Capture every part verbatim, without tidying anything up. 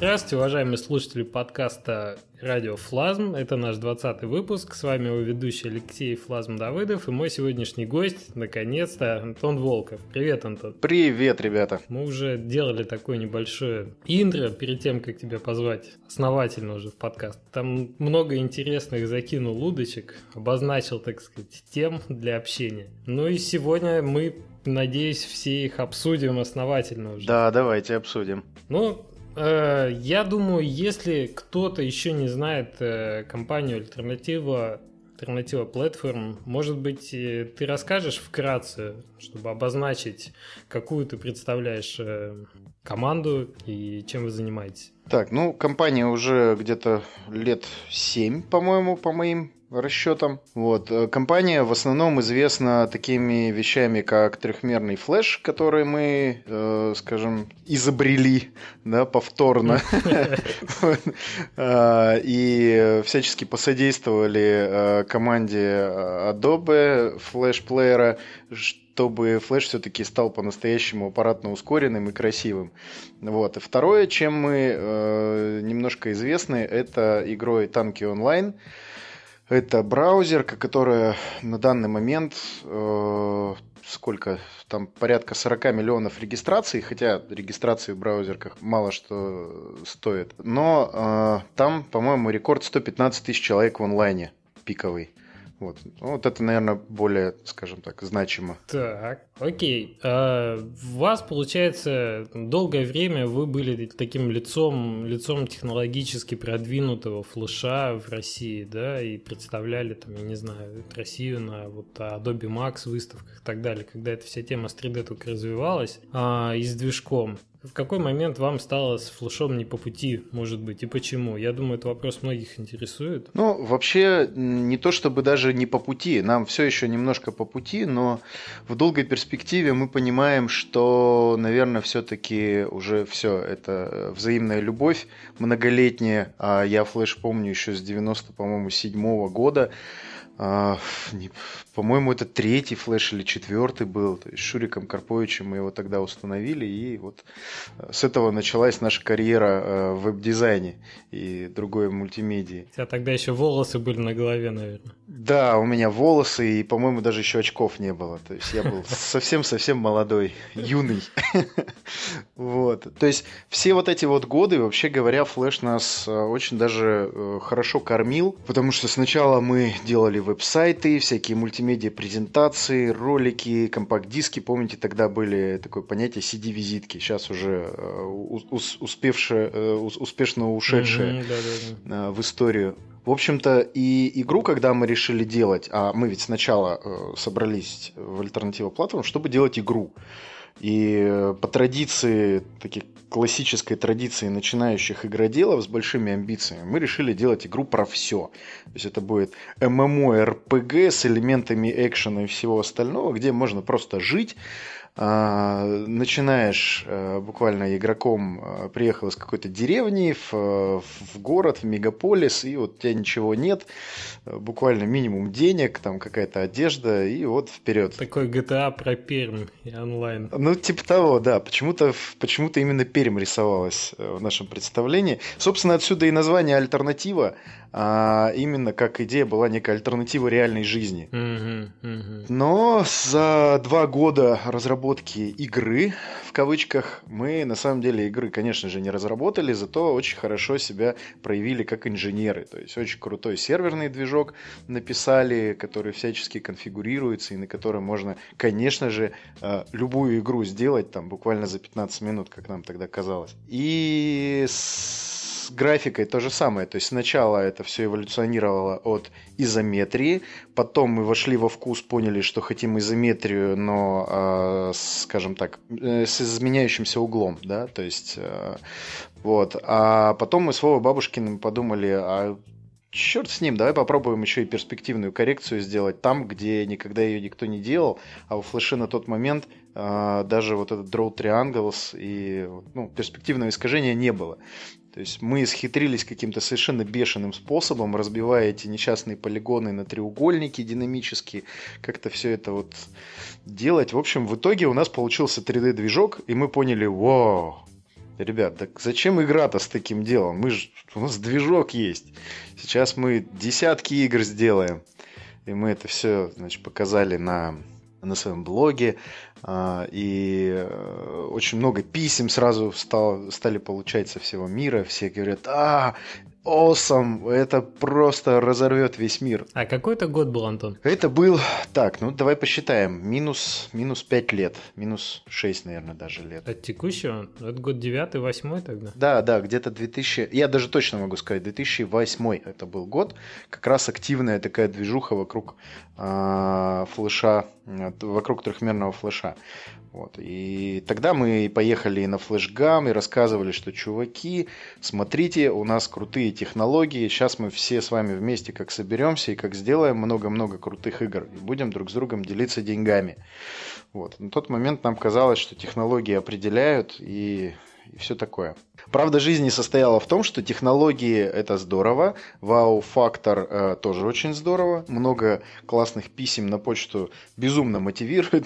Здравствуйте, уважаемые слушатели подкаста «Радио Флазм». Это наш двадцатый выпуск. С вами его ведущий Алексей Флазм Давыдов и мой сегодняшний гость, наконец-то, Антон Волков. Привет, Антон. Привет, ребята. Мы уже делали такое небольшое интро перед тем, как тебя позвать основательно уже в подкаст. Там много интересных закинул удочек, обозначил, так сказать, тем для общения. Ну и сегодня мы, надеюсь, все их обсудим основательно уже. Да, давайте обсудим. Ну, э, я думаю, если кто-то еще не знает э, компанию Альтернатива, Альтернатива Platform, может быть, э, ты расскажешь вкратце, чтобы обозначить, какую ты представляешь э, команду и чем вы занимаетесь? Так, ну, компания уже где-то лет семь, по-моему, по моим расчетам. Вот. Компания в основном известна такими вещами, как трехмерный флеш, который мы, э, скажем, изобрели, да, повторно. И всячески посодействовали команде Adobe флеш-плеера, чтобы флеш все-таки стал по-настоящему аппаратно ускоренным и красивым. Вот. И второе, чем мы э, немножко известны, это игрой Танки Онлайн. Это браузер, которая на данный момент э, сколько там порядка сорок миллионов регистраций, хотя регистрации в браузерках мало что стоит. Но э, там, по-моему, рекорд сто пятнадцать тысяч человек в онлайне пиковый. Вот. вот это, наверное, более, скажем так, значимо. Так, окей. А у вас, получается, долгое время вы были таким лицом, лицом технологически продвинутого флеша в России, да, и представляли, там, я не знаю, Россию на вот Adobe Max выставках и так далее, когда эта вся тема с три дэ только развивалась, а, и с движком. В какой момент вам стало с флешом не по пути, может быть, и почему? Я думаю, это вопрос многих интересует. Ну, вообще, не то чтобы даже не по пути, нам все еще немножко по пути, но в долгой перспективе мы понимаем, что, наверное, все-таки уже все, это взаимная любовь многолетняя, а я флеш помню еще с девяносто, по-моему, седьмого года. По-моему, это третий флеш или четвертый был. То есть с Шуриком Карповичем мы его тогда установили. И вот с этого началась наша карьера в веб-дизайне и другой мультимедии. У тебя тогда еще волосы были на голове, наверное. Да, у меня волосы и, по-моему, даже еще очков не было. То есть я был совсем-совсем молодой, юный. Вот. То есть все вот эти вот годы, вообще говоря, флеш нас очень даже хорошо кормил. Потому что сначала мы делали веб-сайты, всякие мультимедиа-презентации, ролики, компакт-диски. Помните, тогда были такое понятие си ди-визитки. Сейчас уже успевшее, успешно ушедшее mm-hmm, в историю. В общем-то, и игру, когда мы решили делать, а мы ведь сначала э, собрались в Альтернатива Platform, чтобы делать игру. И по традиции, таких классической традиции начинающих игроделов с большими амбициями, мы решили делать игру про все. То есть это будет эм эм о эр пи джи с элементами экшена и всего остального, где можно просто жить. Начинаешь буквально игроком, приехал из какой-то деревни в, в город, в мегаполис, и вот у тебя ничего нет, буквально минимум денег, там какая-то одежда, и вот вперед. Такой джи ти эй про Пермь и онлайн. Ну, типа того, да. Почему-то, почему-то именно Пермь рисовалась в нашем представлении. Собственно, отсюда и название «Альтернатива», а именно как идея была некая альтернатива реальной жизни. Mm-hmm, mm-hmm. Но за два года разработки игры, в кавычках, мы на самом деле игры, конечно же, не разработали, зато очень хорошо себя проявили как инженеры. То есть очень крутой серверный движок написали, который всячески конфигурируется и на котором можно, конечно же, любую игру сделать там буквально за пятнадцать минут, как нам тогда казалось. И с графикой то же самое. То есть сначала это все эволюционировало от изометрии, потом мы вошли во вкус, поняли, что хотим изометрию, но, э, скажем так, э, с изменяющимся углом, да, то есть э, вот. А потом мы с Вовой Бабушкиным подумали, а черт с ним, давай попробуем еще и перспективную коррекцию сделать там, где никогда ее никто не делал, а у флеши на тот момент э, даже вот этот draw triangles и ну, перспективного искажения не было. То есть мы исхитрились каким-то совершенно бешеным способом, разбивая эти несчастные полигоны на треугольники динамические, как-то все это вот делать. В общем, в итоге у нас получился три дэ-движок, и мы поняли, вау, ребят, так зачем игра-то с таким делом? Мы ж, у нас движок есть. Сейчас мы десятки игр сделаем. И мы это все, значит, показали на, на своем блоге. И очень много писем сразу стал, стали получать со всего мира. Все говорят, а, awesome, это просто разорвет весь мир. А какой это год был, Антон? Это был, так, ну давай посчитаем, минус, минус пять лет, минус шесть, наверное, даже лет. От текущего? Это год девятый, восьмой тогда? Да, да, где-то две тысячи, я даже точно могу сказать, две тысячи восьмой это был год, как раз активная такая движуха вокруг э, флеша, вокруг трехмерного флеша. Вот. И тогда мы поехали на флешгам и рассказывали, что чуваки, смотрите, у нас крутые технологии, сейчас мы все с вами вместе как соберемся и как сделаем много-много крутых игр и будем друг с другом делиться деньгами. Вот. На тот момент нам казалось, что технологии определяют и, и все такое. Правда жизни состояла в том, что технологии это здорово, вау-фактор э, тоже очень здорово, много классных писем на почту безумно мотивирует,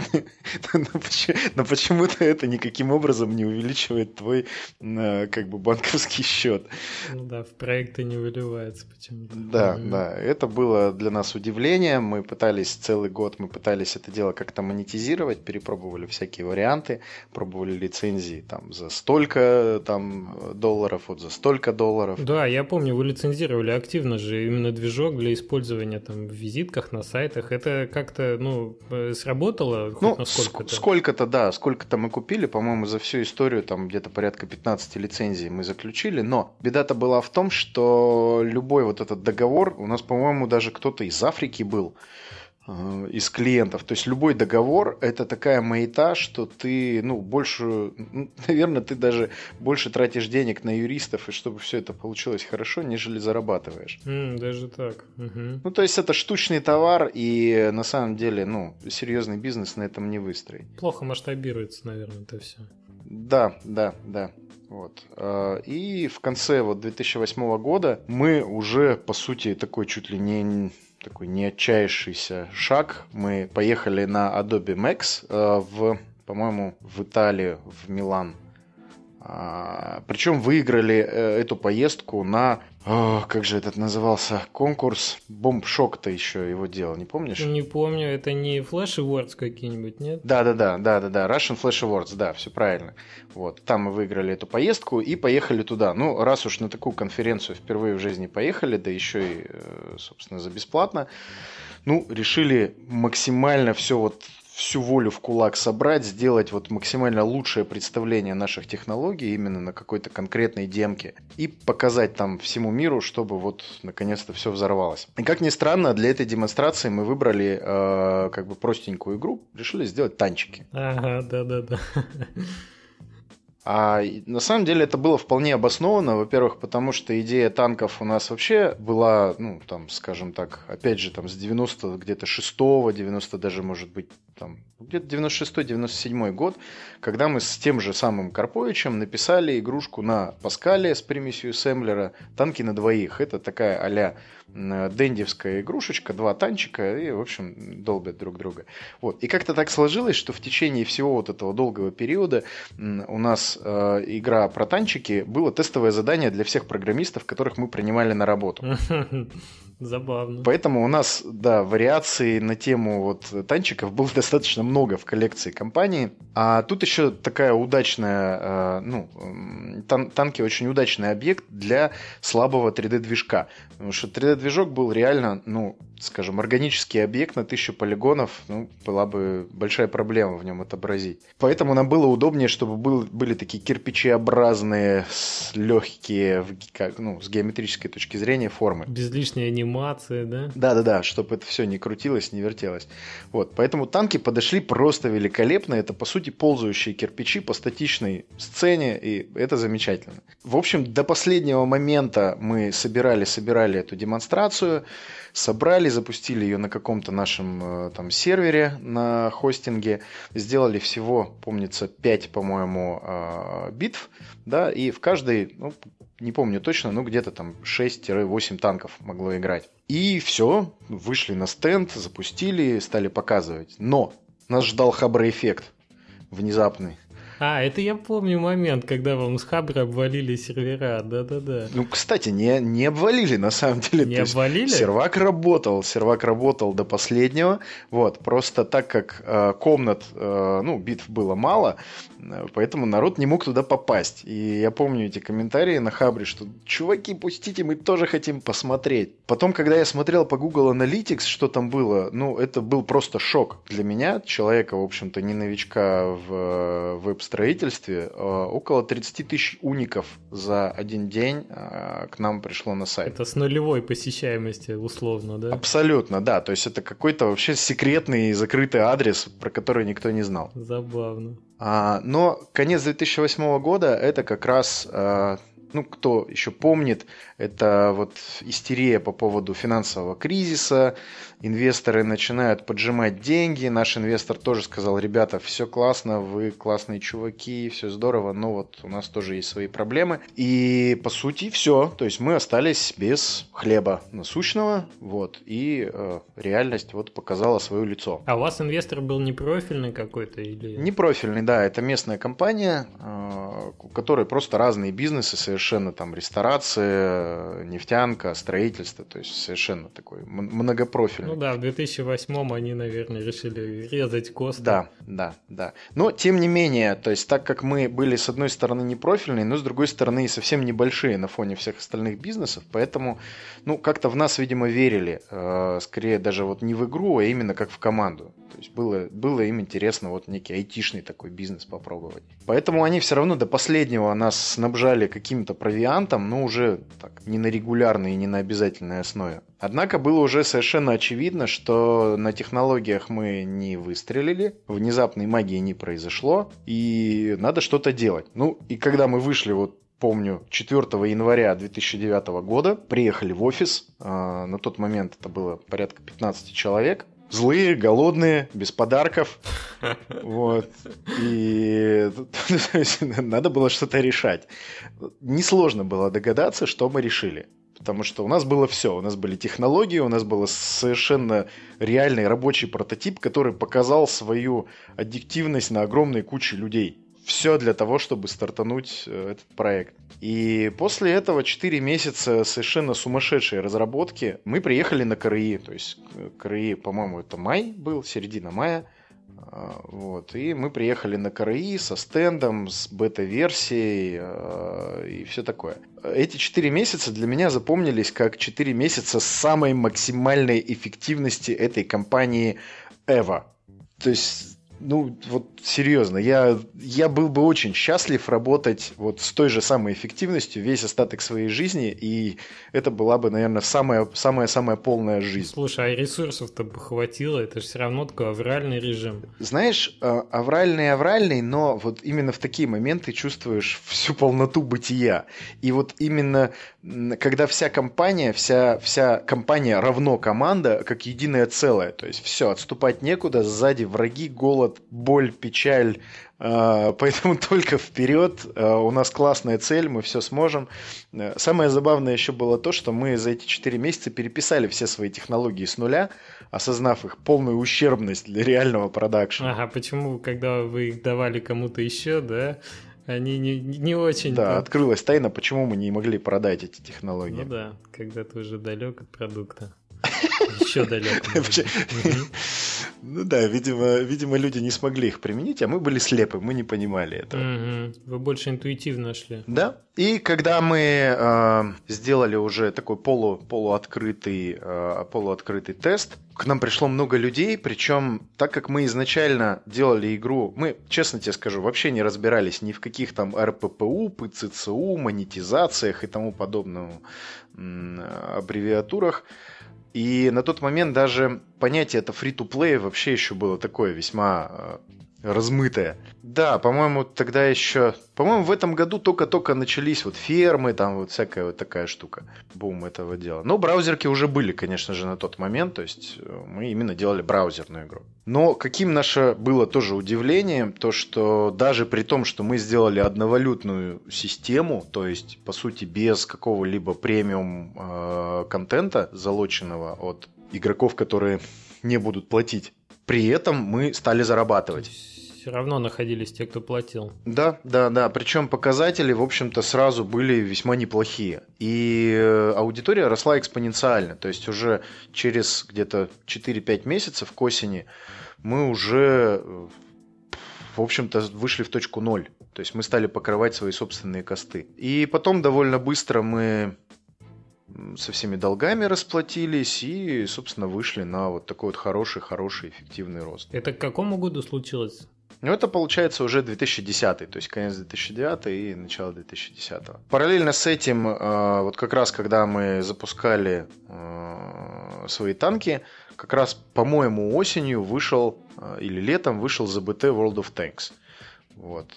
но почему-то это никаким образом не увеличивает твой как бы банковский счет. Ну да, в проекты не выливается почему-то. Да, да, это было для нас удивлением, мы пытались целый год, мы пытались это дело как-то монетизировать, перепробовали всякие варианты, пробовали лицензии там за столько там долларов, вот за столько долларов. Да, я помню, вы лицензировали активно же именно движок для использования там в визитках, на сайтах. Это как-то, ну, сработало хоть ну, на сколько-то? Сколько-то, да, сколько-то мы купили, по-моему, за всю историю там где-то порядка пятнадцать лицензий мы заключили, но беда-то была в том, что любой вот этот договор, у нас, по-моему, даже кто-то из Африки был, из клиентов. То есть любой договор это такая маята, что ты, ну, больше, наверное, ты даже больше тратишь денег на юристов, и чтобы все это получилось хорошо, нежели зарабатываешь. Mm, даже так. Угу. Ну, то есть это штучный товар, и на самом деле, ну, серьезный бизнес на этом не выстроить. Плохо масштабируется, наверное, это все. Да, да, да. Вот. И в конце вот две тысячи восьмого года мы уже, по сути, такой чуть ли не... такой неотчаявшийся шаг. Мы поехали на Adobe Max э, в, по-моему, в Италию, в Милан. А, причем выиграли э, эту поездку на, э, как же этот назывался, конкурс Бомбшок-то еще его делал, не помнишь? Не помню, это не Flash Awards какие-нибудь, нет? Да-да-да, да-да-да, Russian Flash Awards, да, все правильно. Вот, там мы выиграли эту поездку и поехали туда. Ну, раз уж на такую конференцию впервые в жизни поехали, да еще и, собственно, за бесплатно, ну, решили максимально все вот всю волю в кулак собрать, сделать вот максимально лучшее представление наших технологий именно на какой-то конкретной демке и показать там всему миру, чтобы вот наконец-то все взорвалось. И как ни странно, для этой демонстрации мы выбрали э, как бы простенькую игру, решили сделать танчики. Ага, да-да-да. А на самом деле это было вполне обосновано, во-первых, потому что идея танков у нас вообще была, ну, там, скажем так, опять же, там, с девяносто, где-то шестого, девяносто даже, может быть, там, где-то девяносто шестой девяносто седьмой год, когда мы с тем же самым Карповичем написали игрушку на Паскале с примесью ассемблера «Танки на двоих». Это такая а-ля дендевская игрушечка, два танчика, и, в общем, долбят друг друга. Вот. И как-то так сложилось, что в течение всего вот этого долгого периода у нас э, игра про танчики было тестовое задание для всех программистов, которых мы принимали на работу. Забавно. Поэтому у нас, да, вариаций на тему вот танчиков было достаточно много в коллекции компании. А тут еще такая удачная, э, ну, тан- танки очень удачный объект для слабого три дэ-движка. Потому что три дэ-движок был реально, ну, скажем, органический объект на тысячу полигонов, ну, была бы большая проблема в нем отобразить. Поэтому нам было удобнее, чтобы был, были такие кирпичеобразные, легкие, в, как, ну, с геометрической точки зрения формы. Без лишней анимации, да? Да-да-да, чтобы это все не крутилось, не вертелось. Вот, поэтому танки подошли просто великолепно. Это, по сути, ползающие кирпичи по статичной сцене, и это замечательно. В общем, до последнего момента мы собирали-собирали эту демонстрацию, собрали, запустили ее на каком-то нашем там сервере на хостинге, сделали всего, помнится, пять, по-моему, битв, да, и в каждой, ну, не помню точно, но где-то там шесть-восемь танков могло играть. И все, вышли на стенд, запустили, стали показывать. Но нас ждал хабр-эффект внезапный. А, это я помню момент, когда вам с Хабра обвалили сервера, да-да-да. Ну, кстати, не, не обвалили, на самом деле. Не То обвалили? Сервак работал, сервак работал до последнего, вот, просто так как э, комнат, э, ну, битв было мало, э, поэтому народ не мог туда попасть. И я помню эти комментарии на Хабре, что, чуваки, пустите, мы тоже хотим посмотреть. Потом, когда я смотрел по Google Analytics, что там было, ну, это был просто шок для меня, человека, в общем-то, не новичка в веб-строительстве. Около тридцать тысяч уников за один день к нам пришло на сайт. Это с нулевой посещаемостью, условно, да? Абсолютно, да. То есть это какой-то вообще секретный закрытый адрес, про который никто не знал. Забавно. А, но конец две тысячи восьмого года это как раз... Ну, кто еще помнит, это вот истерия по поводу финансового кризиса. Инвесторы начинают поджимать деньги. Наш инвестор тоже сказал: ребята, все классно, вы классные чуваки, все здорово, но вот у нас тоже есть свои проблемы. И по сути все. То есть мы остались без хлеба насущного. Вот, и э, реальность вот показала свое лицо. А у вас инвестор был непрофильный какой-то? Или... Непрофильный, да. Это местная компания, э, у которой просто разные бизнесы совершенно. Совершенно там ресторация, нефтянка, строительство, то есть совершенно такой многопрофильный. Ну да, в две тысячи восьмом они, наверное, решили резать косты. Да, да, да. Но тем не менее, то есть так как мы были с одной стороны непрофильные, но с другой стороны и совсем небольшие на фоне всех остальных бизнесов, поэтому, ну, как-то в нас, видимо, верили, э, скорее даже вот не в игру, а именно как в команду. То есть было, было им интересно вот некий айтишный такой бизнес попробовать. Поэтому они все равно до последнего нас снабжали каким-то провиантом, но уже так, не на регулярной и не на обязательной основе. Однако было уже совершенно очевидно, что на технологиях мы не выстрелили, внезапной магии не произошло, и надо что-то делать. Ну, и когда мы вышли, вот помню, четвёртого января две тысячи девятого года, приехали в офис, э, на тот момент это было порядка пятнадцать человек, злые, голодные, без подарков. Вот. И надо было что-то решать. Несложно было догадаться, что мы решили. Потому что у нас было все. У нас были технологии, у нас был совершенно реальный рабочий прототип, который показал свою аддиктивность на огромной куче людей. Все для того, чтобы стартануть этот проект. И после этого четыре месяца совершенно сумасшедшей разработки мы приехали на КРИ. То есть КРИ, по-моему, это май был, середина мая. Вот. И мы приехали на КРИ со стендом, с бета-версией и все такое. Эти четыре месяца для меня запомнились как четыре месяца самой максимальной эффективности этой компании ever. То есть... Ну, вот серьезно, я, я был бы очень счастлив работать вот с той же самой эффективностью весь остаток своей жизни, и это была бы, наверное, самая-самая полная жизнь. Слушай, а ресурсов-то бы хватило, это же все равно такой авральный режим. Знаешь, авральный-авральный, но вот именно в такие моменты чувствуешь всю полноту бытия. И вот именно когда вся компания, вся, вся компания равно команда, как единое целое, то есть все, отступать некуда, сзади враги, голод, боль, печаль, поэтому только вперед, у нас классная цель, мы все сможем. Самое забавное еще было то, что мы за эти четыре месяца переписали все свои технологии с нуля, осознав их полную ущербность для реального продакшена. Ага, почему, когда вы их давали кому-то еще, да, они не, не очень... Да, открылась тайна, почему мы не могли продать эти технологии. Ну да, когда ты уже далек от продукта. Еще далеко. Ну да, видимо, видимо, люди не смогли их применить, а мы были слепы, мы не понимали этого. Угу. Вы больше интуитивно шли. Да. И когда мы э, сделали уже такой полу, полуоткрытый, э, полуоткрытый тест, к нам пришло много людей, причем так как мы изначально делали игру, мы, честно тебе скажу, вообще не разбирались ни в каких там эр пэ пэ у, пэ цэ цэ у, монетизациях и тому подобном м, аббревиатурах. И на тот момент даже понятие это free-to-play вообще еще было такое весьма э, размытое. Да, по-моему, тогда еще... По-моему, в этом году только-только начались вот фермы, там вот всякая вот такая штука. Бум этого дела. Но браузерки уже были, конечно же, на тот момент. То есть мы именно делали браузерную игру. Но каким наше было тоже удивление, то что даже при том, что мы сделали одновалютную систему, то есть, по сути, без какого-либо премиум э, контента, залоченного от игроков, которые не будут платить, при этом мы стали зарабатывать. все равно находились те, кто платил. Да, да, да. Причем показатели, в общем-то, сразу были весьма неплохие. И аудитория росла экспоненциально. То есть уже через где-то четыре-пять месяцев к осени мы уже, в общем-то, вышли в точку ноль. То есть мы стали покрывать свои собственные косты. И потом довольно быстро мы со всеми долгами расплатились и, собственно, вышли на вот такой вот хороший-хороший эффективный рост. Это к какому году случилось? Ну, это получается уже две тысячи десятый, то есть конец две тысячи девятый и начало две тысячи десятого. Параллельно с этим, вот как раз когда мы запускали свои танки, как раз, по-моему, осенью вышел, или летом вышел зэ бэ тэ World of Tanks. Вот.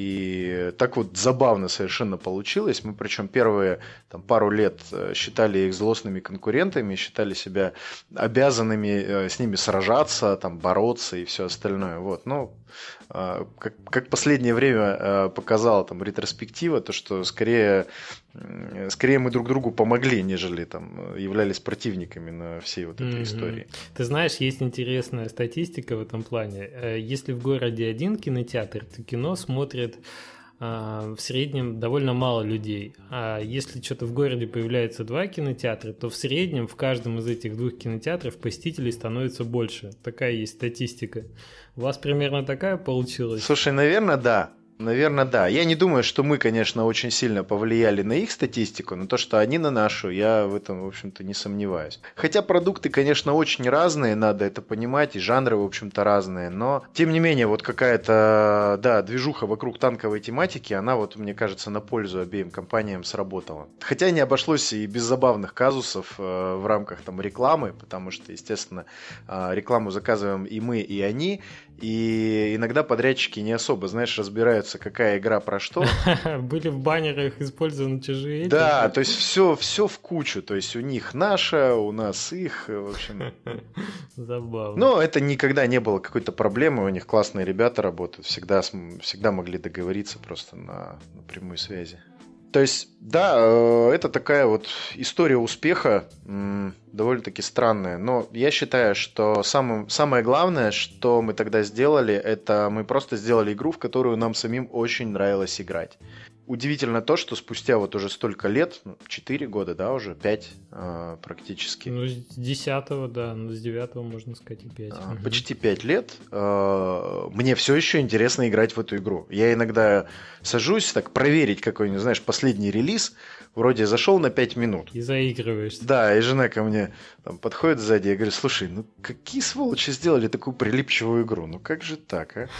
И так вот забавно совершенно получилось. Мы причем первые там, пару лет считали их злостными конкурентами, считали себя обязанными с ними сражаться, там, бороться и все остальное. Вот. Но как, как последнее время показала там, ретроспектива, то что скорее, скорее мы друг другу помогли, нежели там, являлись противниками на всей вот этой mm-hmm. истории. Ты знаешь, есть интересная статистика в этом плане. Если в городе один кинотеатр, то кино смотрит в среднем довольно мало людей. А если что-то в городе появляется два кинотеатра, то в среднем в каждом из этих двух кинотеатров посетителей становится больше. Такая есть статистика. У вас примерно такая получилась? Слушай, наверное, да. Наверное, да. Я не думаю, что мы, конечно, очень сильно повлияли на их статистику, но то, что они на нашу, я в этом, в общем-то, не сомневаюсь. Хотя продукты, конечно, очень разные, надо это понимать, и жанры, в общем-то, разные, но, тем не менее, вот какая-то, да, движуха вокруг танковой тематики, она, вот, мне кажется, на пользу обеим компаниям сработала. Хотя не обошлось и без забавных казусов э, в рамках, там, рекламы, потому что, естественно, э, рекламу заказываем и мы, и они, и иногда подрядчики не особо, знаешь, разбираются, какая игра про что. Были в баннерах использованы чужие. Да, то есть все, все в кучу. То есть у них наша, у нас их, в общем. Забавно. Но это никогда не было какой-то проблемы. У них классные ребята работают. Всегда, всегда могли договориться просто на, на прямой связи. То есть, да, это такая вот история успеха, довольно-таки странная. Но я считаю, что самым, самое главное, что мы тогда сделали, это мы просто сделали игру, в которую нам самим очень нравилось играть. Удивительно то, что спустя вот уже столько лет, четыре года, да, уже пять э, практически. Ну, с десятого, да, ну, с девятого, можно сказать, и пять. Э, почти пять лет. Э, мне все еще интересно играть в эту игру. Я иногда сажусь так проверить какой-нибудь, знаешь, последний релиз, вроде зашел на пять минут. И заигрываешься. Да, и жена ко мне там, подходит сзади, я говорю, слушай, ну какие сволочи сделали такую прилипчивую игру? Ну как же так, а?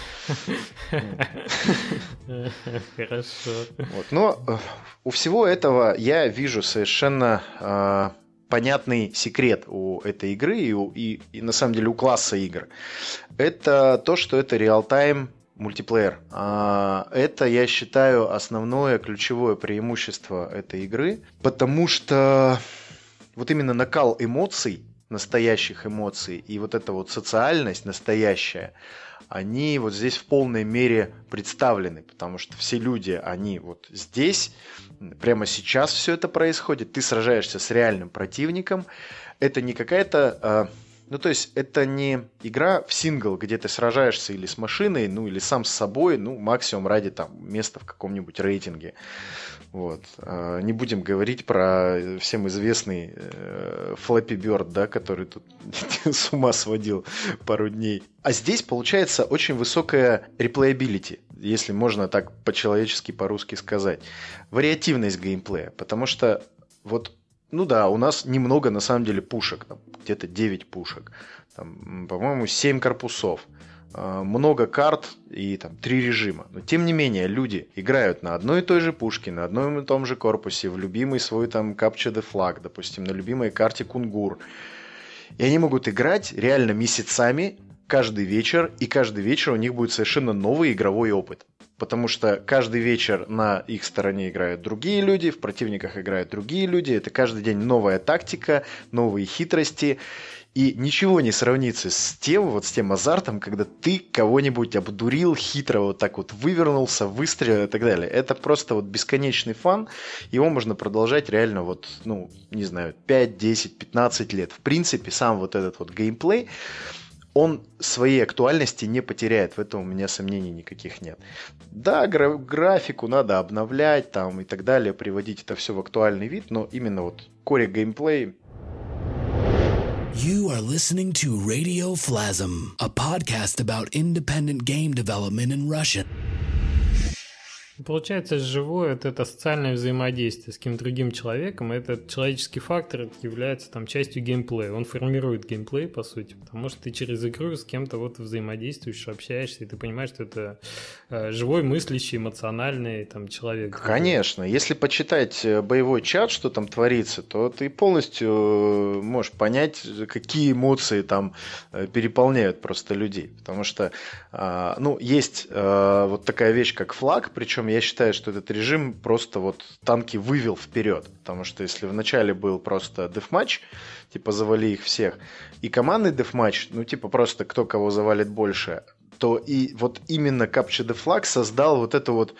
Хорошо. Вот. Но у всего этого я вижу совершенно э, понятный секрет у этой игры и, у, и, и на самом деле у класса игр. Это то, что это реал-тайм мультиплеер. А, это, я считаю, основное ключевое преимущество этой игры, потому что вот именно накал эмоций, настоящих эмоций и вот эта вот социальность настоящая, они вот здесь в полной мере представлены, потому что все люди, они вот здесь, прямо сейчас все это происходит, ты сражаешься с реальным противником, это не какая-то, ну то есть это не игра в сингл, где ты сражаешься или с машиной, ну или сам с собой, ну максимум ради там места в каком-нибудь рейтинге. Вот. Не будем говорить про всем известный Flappy Bird, да, который тут с ума сводил пару дней. А здесь получается очень высокая реплеябилити, если можно так по-человечески, по-русски сказать. Вариативность геймплея, потому что вот, ну да, у нас немного на самом деле пушек, там, где-то девять пушек, там, по-моему, семь корпусов. Много карт и там три режима. Но тем не менее, люди играют на одной и той же пушке, на одном и том же корпусе, в любимый свой там Capture the Flag, допустим, на любимой карте Кунгур. И они могут играть реально месяцами, каждый вечер, и каждый вечер у них будет совершенно новый игровой опыт. Потому что каждый вечер на их стороне играют другие люди, в противниках играют другие люди. Это каждый день новая тактика, новые хитрости. И ничего не сравнится с тем, вот с тем азартом, когда ты кого-нибудь обдурил, хитро вот так вот вывернулся, выстрелил и так далее. Это просто вот бесконечный фан. Его можно продолжать реально вот, ну, не знаю, пять, десять, пятнадцать лет. В принципе, сам вот этот вот геймплей, он своей актуальности не потеряет, в этом у меня сомнений никаких нет. Да, гра- графику надо обновлять там и так далее, приводить это все в актуальный вид, но именно вот core геймплей. You are listening to Radio Flasm, a podcast about independent game development in Russian. Получается, живое – это социальное взаимодействие с каким-то другим человеком, и этот человеческий фактор является там частью геймплея. Он формирует геймплей, по сути, потому что ты через игру с кем-то вот взаимодействуешь, общаешься, и ты понимаешь, что это э, живой, мыслящий, эмоциональный там человек. Конечно. Если почитать боевой чат, что там творится, то ты полностью можешь понять, какие эмоции там переполняют просто людей. Потому что, э, ну, есть э, вот такая вещь, как флаг, причем я считаю, что этот режим просто вот танки вывел вперед, потому что если в начале был просто дефматч, типа завали их всех, и командный дефматч, ну типа просто кто кого завалит больше, то и вот именно Capture the Flag создал вот эту вот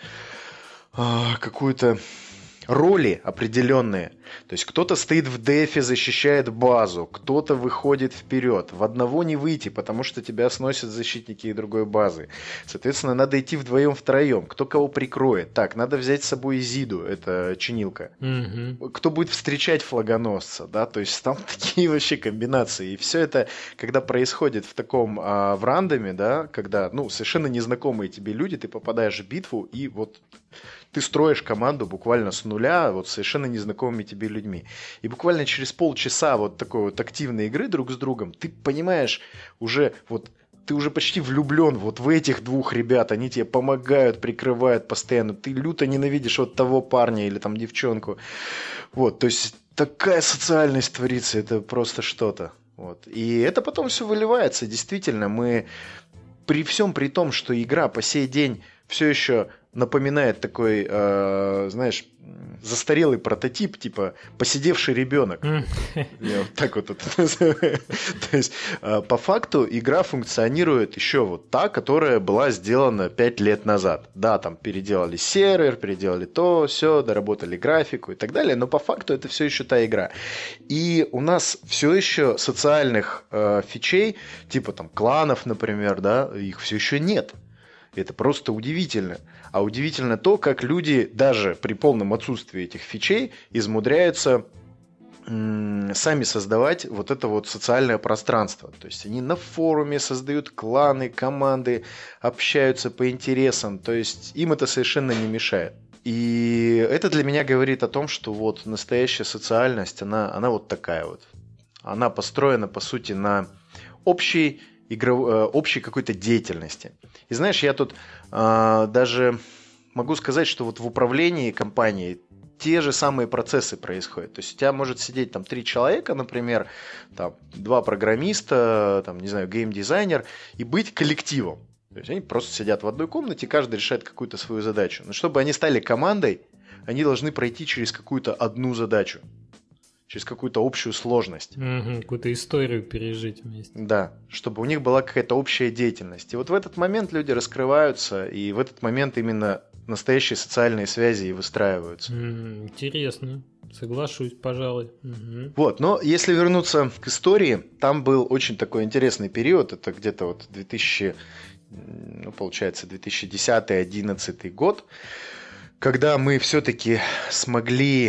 а, какую-то роли определенные. То есть кто-то стоит в дефе, защищает базу, кто-то выходит вперед. В одного не выйти, потому что тебя сносят защитники и другой базы. Соответственно, надо идти вдвоем-втроем. Кто кого прикроет. Так, надо взять с собой Изиду, это чинилка. Угу. Кто будет встречать флагоносца, да, то есть там такие вообще комбинации. И все это, когда происходит в таком, а, в рандоме, да, когда, ну, совершенно незнакомые тебе люди, ты попадаешь в битву и вот ты строишь команду буквально с нуля, вот совершенно незнакомыми тебе людьми. И буквально через полчаса вот такой вот активной игры друг с другом, ты понимаешь уже, вот ты уже почти влюблен вот в этих двух ребят, они тебе помогают, прикрывают постоянно, ты люто ненавидишь вот того парня или там девчонку. Вот, то есть такая социальность творится, это просто что-то. Вот. И это потом все выливается, действительно, мы при всем при том, что игра по сей день все еще напоминает такой, э, знаешь, застарелый прототип, типа посидевший ребенок. Я вот так вот это называю. То есть, э, по факту, игра функционирует еще вот та, которая была сделана пять лет назад. Да, там переделали сервер, переделали то, все, доработали графику и так далее, но по факту это все еще та игра. И у нас все еще социальных э, фичей, типа там кланов, например, да, их все еще нет. Это просто удивительно. А удивительно то, как люди даже при полном отсутствии этих фичей измудряются м- сами создавать вот это вот социальное пространство. То есть они на форуме создают кланы, команды, общаются по интересам. То есть им это совершенно не мешает. И это для меня говорит о том, что вот настоящая социальность, она, она вот такая вот. Она построена, по сути, на общей Игров... общей какой-то деятельности. И знаешь, я тут э, даже могу сказать, что вот в управлении компанией те же самые процессы происходят. То есть у тебя может сидеть там три человека, например, там, два программиста, там, не знаю, геймдизайнер, и быть коллективом. То есть они просто сидят в одной комнате, каждый решает какую-то свою задачу. Но чтобы они стали командой, они должны пройти через какую-то одну задачу. Через какую-то общую сложность. Угу, какую-то историю пережить вместе. Да, чтобы у них была какая-то общая деятельность. И вот в этот момент люди раскрываются, и в этот момент именно настоящие социальные связи и выстраиваются. М-м, интересно. Соглашусь, пожалуй. Угу. Вот, но если вернуться к истории, там был очень такой интересный период, это где-то вот две тысячи, ну, получается, две тысячи десятый - две тысячи одиннадцатый год, когда мы все-таки смогли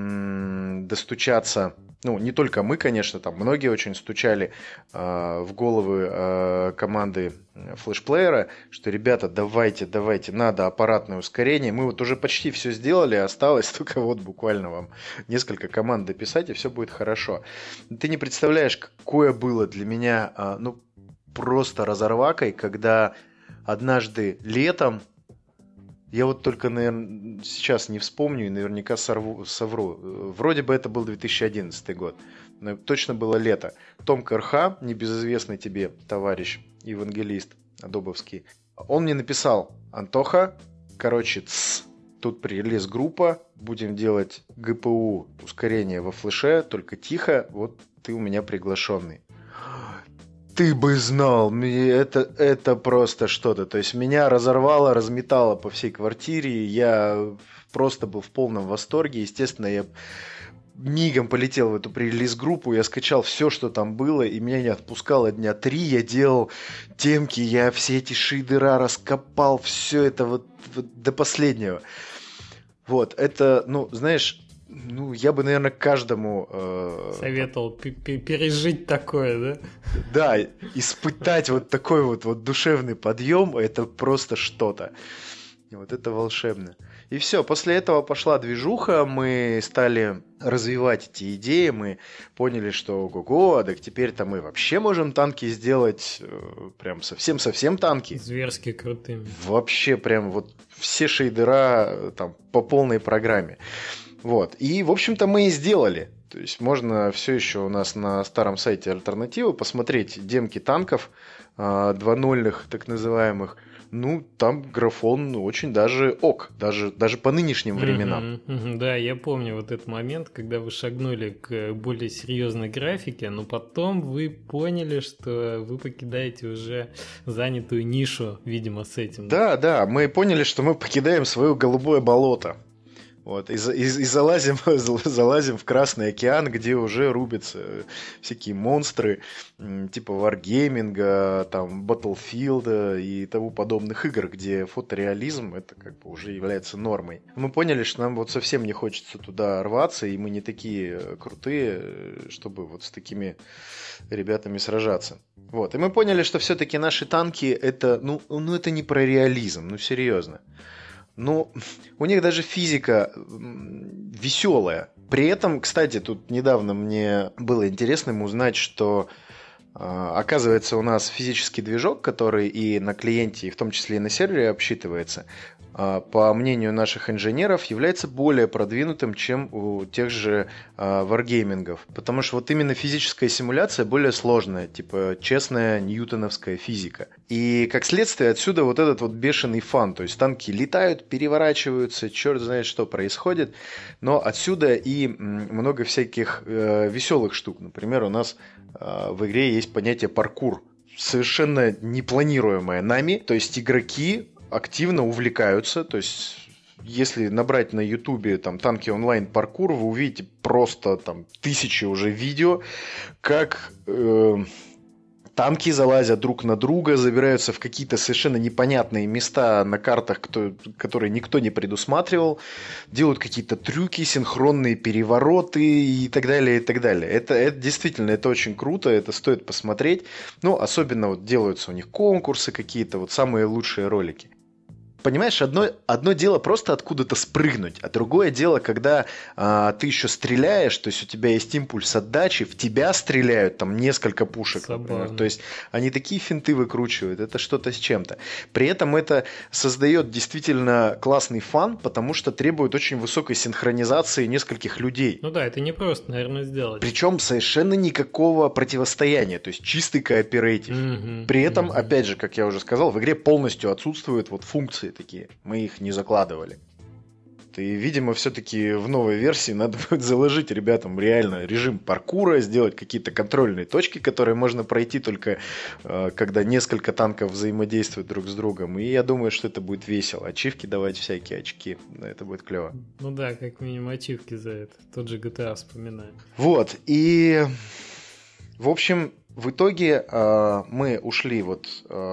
м- достучаться, ну, не только мы, конечно, там многие очень стучали э, в головы э, команды флешплеера, что, ребята, давайте, давайте, надо аппаратное ускорение. Мы вот уже почти все сделали, осталось только вот буквально вам несколько команд дописать, и все будет хорошо. Ты не представляешь, какое было для меня, э, ну, просто разорвакой, когда однажды летом, я вот только, наверное, сейчас не вспомню и наверняка сорву, совру. Вроде бы это был две тысячи одиннадцатый год. Но точно было лето. Том Карха, небезызвестный тебе товарищ, евангелист адобовский, он мне написал: Антоха, короче, ц, тут прилез-группа, будем делать джи пи ю ускорение во флеше, только тихо, вот ты у меня приглашенный. Ты бы знал, это, это просто что-то. То есть меня разорвало, разметало по всей квартире. Я просто был в полном восторге. Естественно, я мигом полетел в эту пререлиз-группу, я скачал все, что там было, и меня не отпускало дня три, я делал темки, я все эти шейдера раскопал, все это вот, вот до последнего. Вот, это, ну, знаешь, ну, я бы, наверное, каждому... Э, советовал пережить такое, да? Да, испытать вот такой вот, вот душевный подъем, это просто что-то. И вот это волшебно. И все, после этого пошла движуха, мы стали развивать эти идеи, мы поняли, что ого-го, а так теперь-то мы вообще можем танки сделать, э, прям совсем-совсем танки. Зверски крутыми. Вообще прям вот все шейдера там по полной программе. Вот, и в общем-то мы и сделали. То есть можно все еще у нас на старом сайте Альтернативы посмотреть демки танков э, два ноль-ных так называемых. Ну, там графон очень даже ок, даже, даже по нынешним временам. Uh-huh, uh-huh, да, я помню вот этот момент, когда вы шагнули к более серьезной графике, но потом вы поняли, что вы покидаете уже занятую нишу, видимо, с этим. Да, да, мы поняли, что мы покидаем свое голубое болото. Вот, и, и, и залазим, залазим в Красный океан, где уже рубятся всякие монстры, типа Wargaming, там, Battlefield и тому подобных игр, где фотореализм это как бы уже является нормой. Мы поняли, что нам вот совсем не хочется туда рваться, и мы не такие крутые, чтобы вот с такими ребятами сражаться. Вот, и мы поняли, что все-таки наши танки это, ну, ну, это не про реализм, ну, серьезно. Ну, у них даже физика веселая. При этом, кстати, тут недавно мне было интересно узнать, что оказывается у нас физический движок, который и на клиенте, и в том числе и на сервере обсчитывается, по мнению наших инженеров, является более продвинутым, чем у тех же варгеймингов. Потому что вот именно физическая симуляция более сложная, типа честная ньютоновская физика. И как следствие отсюда вот этот вот бешеный фан. То есть танки летают, переворачиваются, черт знает что происходит. Но отсюда и много всяких э, веселых штук. Например, у нас э, в игре есть понятие паркур. Совершенно непланируемое нами. То есть игроки активно увлекаются, то есть если набрать на ютубе там танки онлайн паркур, вы увидите просто там тысячи уже видео, как э, танки залазят друг на друга, забираются в какие-то совершенно непонятные места на картах, кто, которые никто не предусматривал, делают какие-то трюки, синхронные перевороты и так далее, и так далее. Это, это действительно, это очень круто, это стоит посмотреть. Ну, особенно вот делаются у них конкурсы какие-то, вот самые лучшие ролики. Понимаешь, одно, одно дело просто откуда-то спрыгнуть, а другое дело, когда а, ты еще стреляешь, то есть у тебя есть импульс отдачи, в тебя стреляют там несколько пушек, например. То есть они такие финты выкручивают, это что-то с чем-то. При этом это создает действительно классный фан, потому что требует очень высокой синхронизации нескольких людей. Ну да, это не просто, наверное, сделать. Причем совершенно никакого противостояния, то есть чистый кооператив. Mm-hmm. При этом, mm-hmm. опять же, как я уже сказал, в игре полностью отсутствуют вот функции такие. Мы их не закладывали. И, видимо, все-таки в новой версии надо будет заложить ребятам реально режим паркура, сделать какие-то контрольные точки, которые можно пройти только э, когда несколько танков взаимодействуют друг с другом. И я думаю, что это будет весело. Ачивки давать всякие очки. Это будет клево. Ну да, как минимум ачивки за это. Тот же джи ти эй вспоминаю. Вот. И, в общем, в итоге э, мы ушли вот,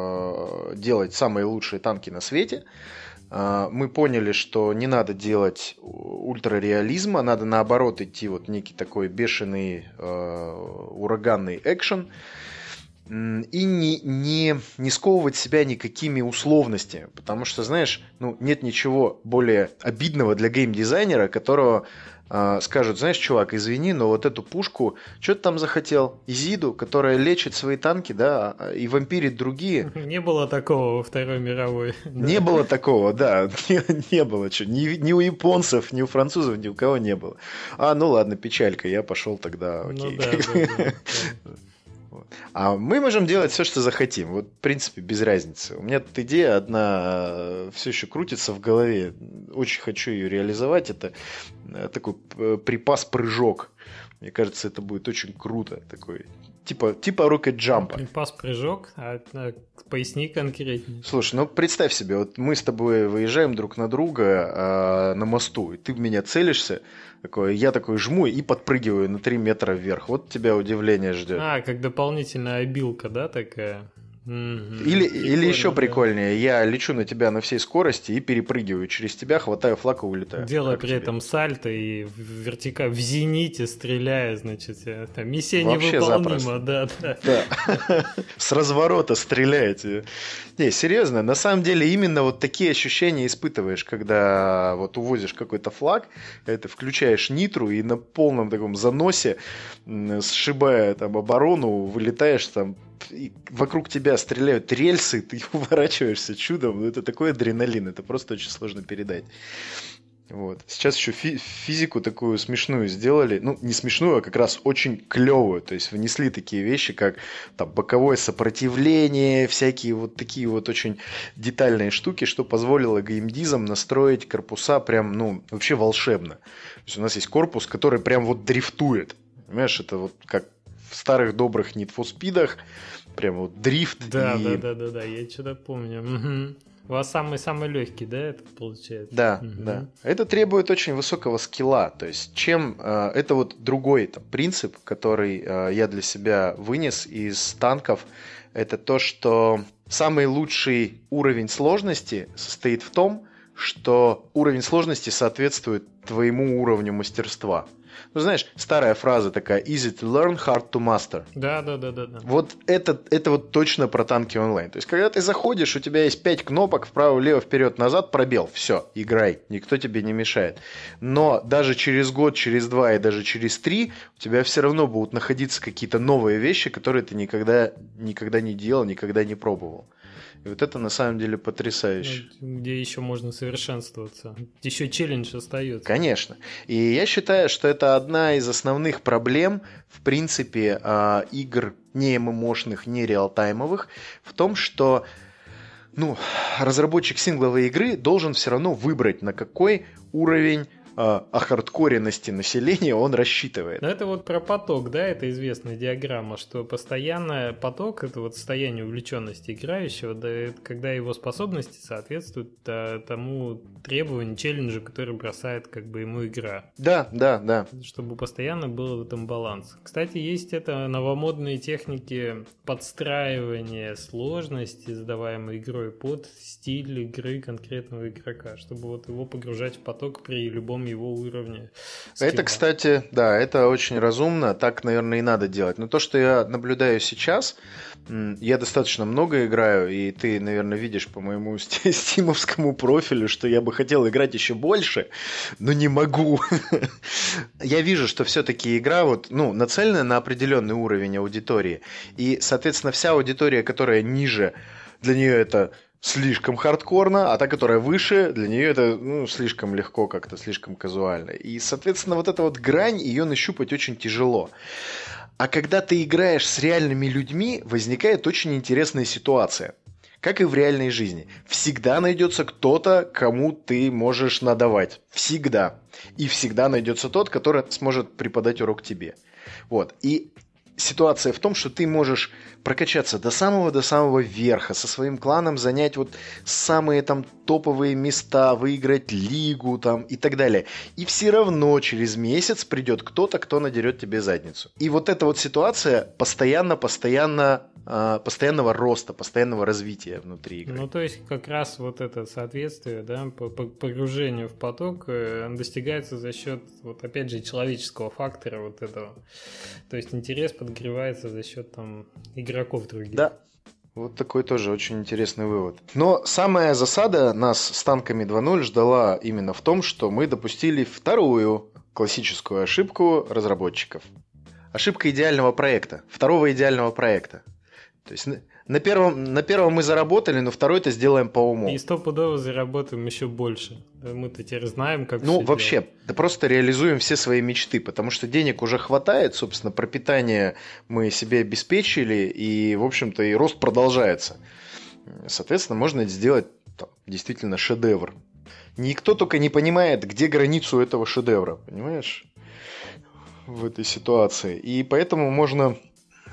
э, делать самые лучшие танки на свете. Э, мы поняли, что не надо делать ультрареализма, надо наоборот идти вот некий такой бешеный э, ураганный экшен. И не, не, не сковывать себя никакими условностями. Потому что, знаешь, ну, нет ничего более обидного для геймдизайнера, которого э, скажут: знаешь, чувак, извини, но вот эту пушку, что ты там захотел? Изиду, которая лечит свои танки, да, и вампирит другие. Не было такого во Второй мировой. Не было такого, да, не, не было. Что, ни, ни у японцев, ни у французов, ни у кого не было. А, ну ладно, печалька, я пошел тогда, окей. Ну, да, да, да. А мы можем делать все, что захотим. Вот, в принципе, без разницы. У меня тут идея одна все еще крутится в голове. Очень хочу ее реализовать. Это такой припас-прыжок. Мне кажется, это будет очень круто. Такой Типа, типа рокет-джампа. Пас-прыжок, а, а поясни конкретнее. Слушай, ну представь себе, вот мы с тобой выезжаем друг на друга а, на мосту, и ты в меня целишься, такой, я такой жму и подпрыгиваю на три метра вверх. Вот тебя удивление ждет. А, как дополнительная обилка, да, такая? Mm-hmm. Или, или еще прикольнее, я лечу на тебя на всей скорости и перепрыгиваю через тебя, хватаю флаг и улетаю. Делая при тебе? этом сальто и в вертика в зените стреляя, значит, это миссия вообще невыполнима, да, да. да. С разворота стреляете. Не, серьезно, на самом деле именно вот такие ощущения испытываешь, когда вот увозишь какой-то флаг, это включаешь нитру и на полном таком заносе, сшибая там оборону, вылетаешь там, и вокруг тебя стреляют рельсы, ты уворачиваешься чудом. Это такой адреналин, это просто очень сложно передать. Вот. Сейчас еще фи- физику такую смешную сделали. Ну, не смешную, а как раз очень клевую. То есть внесли такие вещи, как там, боковое сопротивление, всякие вот такие вот очень детальные штуки, что позволило геймдизам настроить корпуса прям, ну, вообще волшебно. То есть у нас есть корпус, который прям вот дрифтует. Понимаешь, это вот как в старых добрых Need for Speed'ах, прям вот дрифт. Да, и... да, да, да, да, я что-то помню. Угу. У вас самый-самый легкий, да, это получается? Да, угу. да. Это требует очень высокого скилла. То есть, чем э, это вот другой там, принцип, который э, я для себя вынес из танков, это то, что самый лучший уровень сложности состоит в том, что уровень сложности соответствует твоему уровню мастерства. Ну, знаешь, старая фраза такая: easy to learn, hard to master. Да, да, да, да, да. Вот это, это вот точно про танки онлайн. То есть, когда ты заходишь, у тебя есть пять кнопок: вправо, влево, вперед, назад, пробел. Все, играй, никто тебе не мешает. Но даже через год, через два и даже через три у тебя все равно будут находиться какие-то новые вещи, которые ты никогда, никогда не делал, никогда не пробовал. И вот это на самом деле потрясающе. Где еще можно совершенствоваться. Еще челлендж остается. Конечно. И я считаю, что это одна из основных проблем, в принципе, игр не эм эм-ошных, не реалтаймовых, в том, что ну, разработчик сингловой игры должен все равно выбрать, на какой уровень о хардкоренности населения он рассчитывает. Но это вот про поток, да, это известная диаграмма, что постоянно поток, это вот состояние увлеченности играющего, да, это когда его способности соответствуют а, тому требованию, челленджу, который бросает как бы ему игра. Да, да, да. Чтобы постоянно был в этом баланс. Кстати, есть это новомодные техники подстраивания сложности, задаваемой игрой, под стиль игры конкретного игрока, чтобы вот его погружать в поток при любом его уровне скилла. Это, кстати, да, это очень разумно, так, наверное, и надо делать. Но то, что я наблюдаю сейчас, я достаточно много играю, и ты, наверное, видишь по моему стимовскому профилю, что я бы хотел играть еще больше, но не могу. Я вижу, что все-таки игра вот, ну, нацелена на определенный уровень аудитории, и, соответственно, вся аудитория, которая ниже, для нее это слишком хардкорно, а та, которая выше, для нее это ну, слишком легко, как-то слишком казуально. И, соответственно, вот эта вот грань, ее нащупать очень тяжело. А когда ты играешь с реальными людьми, возникает очень интересная ситуация. Как и в реальной жизни. Всегда найдется кто-то, кому ты можешь надавать. Всегда. И всегда найдется тот, который сможет преподать урок тебе. Вот. И ситуация в том, что ты можешь прокачаться до самого до самого верха, со своим кланом занять вот самые там топовые места, выиграть лигу там и так далее. И все равно через месяц придет кто-то, кто надерет тебе задницу. И вот эта вот ситуация постоянно-постоянно постоянного роста, постоянного развития внутри игры. Ну, то есть, как раз вот это соответствие, да, по погружению в поток достигается за счет, вот опять же, человеческого фактора вот этого. То есть, интерес подогревается за счет там игроков других. Да. Вот такой тоже очень интересный вывод. Но самая засада нас с танками два ноль ждала именно в том, что мы допустили вторую классическую ошибку разработчиков. Ошибка идеального проекта, второго идеального проекта. То есть на первом, на первом мы заработали, но второй-то сделаем по уму. И стопудово заработаем еще больше. Мы-то теперь знаем, как Ну, все вообще, делать. Да просто реализуем все свои мечты, потому что денег уже хватает, собственно, пропитание мы себе обеспечили, и, в общем-то, и рост продолжается. Соответственно, можно сделать там, действительно шедевр. Никто только не понимает, где границу этого шедевра, понимаешь, в этой ситуации. И поэтому можно...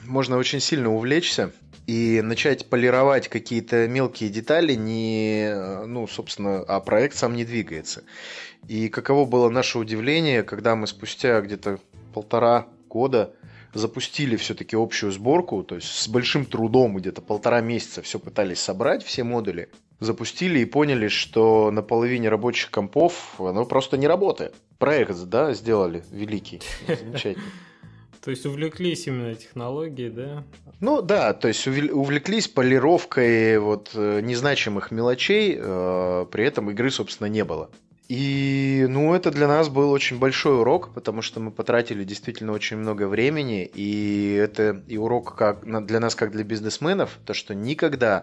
можно очень сильно увлечься и начать полировать какие-то мелкие детали, не, ну, собственно, а проект сам не двигается. И каково было наше удивление, когда мы спустя где-то полтора года запустили все-таки общую сборку, то есть с большим трудом где-то полтора месяца все пытались собрать, все модули, запустили и поняли, что на половине рабочих компов оно просто не работает. Проект, да, сделали великий, замечательный. То есть увлеклись именно технологией, да? Ну да, то есть увлеклись полировкой вот незначимых мелочей, при этом игры, собственно, не было. И, ну, это для нас был очень большой урок, потому что мы потратили действительно очень много времени, и это и урок как для нас, как для бизнесменов, то, что никогда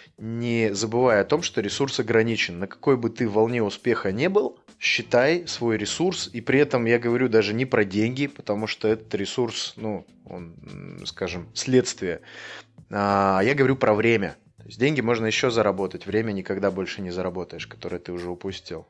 не забывай о том, что ресурс ограничен. На какой бы ты волне успеха не был, считай свой ресурс, и при этом я говорю даже не про деньги, потому что этот ресурс, ну, он, скажем, следствие, а я говорю про время. То есть деньги можно еще заработать, время никогда больше не заработаешь, которое ты уже упустил.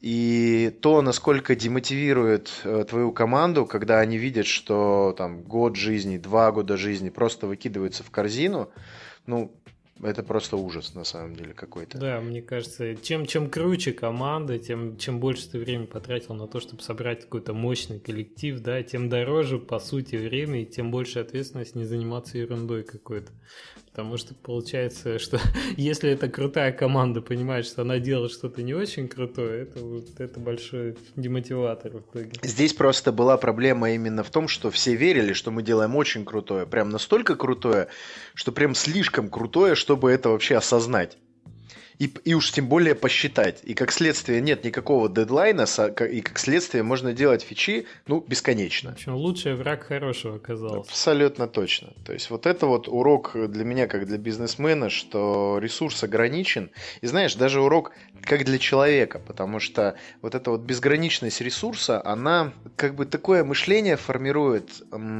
И то, насколько демотивирует твою команду, когда они видят, что там год жизни, два года жизни просто выкидываются в корзину, ну, это просто ужас, на самом деле, какой-то. Да, мне кажется, чем, чем круче команда, тем чем больше ты времени потратил на то, чтобы собрать какой-то мощный коллектив, да, тем дороже, по сути, время, и тем больше ответственность не заниматься ерундой какой-то. Потому что получается, что если эта крутая команда понимает, что она делает что-то не очень крутое, это, вот, это большой демотиватор в итоге. Здесь просто была проблема именно в том, что все верили, что мы делаем очень крутое. Прям настолько крутое, что прям слишком крутое, чтобы это вообще осознать. И, и уж тем более посчитать. И как следствие нет никакого дедлайна, и как следствие можно делать фичи, ну, бесконечно. В общем, лучший враг хорошего оказался. Абсолютно точно. То есть вот это вот урок для меня, как для бизнесмена, что ресурс ограничен. И знаешь, даже урок как для человека, потому что вот эта вот безграничность ресурса, она как бы такое мышление формирует...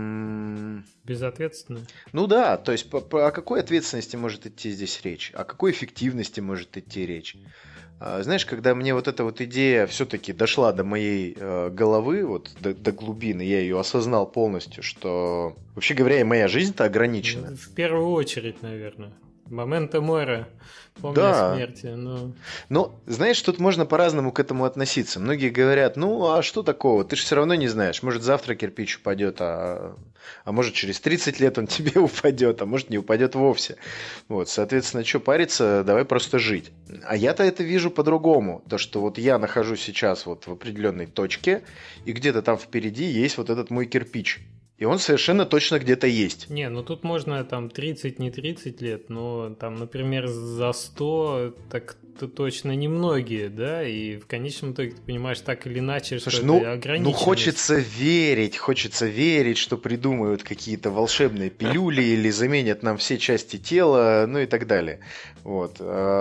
М- Безответственно. Ну да, то есть по, по, о какой ответственности может идти здесь речь? О какой эффективности может идти речь? А, знаешь, когда мне вот эта вот идея все-таки дошла до моей э, головы, вот до, до глубины, я ее осознал полностью, что, вообще говоря, и моя жизнь-то ограничена. В первую очередь, наверное. Момента мора, помня да. о смерти. Но... но, знаешь, тут можно по-разному к этому относиться. Многие говорят, ну, а что такого? Ты же все равно не знаешь. Может, завтра кирпич упадет, а, а может, через тридцать лет он тебе упадет, а может, не упадет вовсе. Вот, соответственно, что париться, давай просто жить. А я-то это вижу по-другому. То, что вот я нахожусь сейчас вот в определенной точке, и где-то там впереди есть вот этот мой кирпич. И он совершенно точно где-то есть. Не, ну тут можно там тридцать, не тридцать лет, но там, например, за сто так-то точно немногие, да, и в конечном итоге ты понимаешь так или иначе, Слушай, что ну, это ограниченность. Ну, хочется верить, хочется верить, что придумают какие-то волшебные пилюли или заменят нам все части тела, ну и так далее. Вот.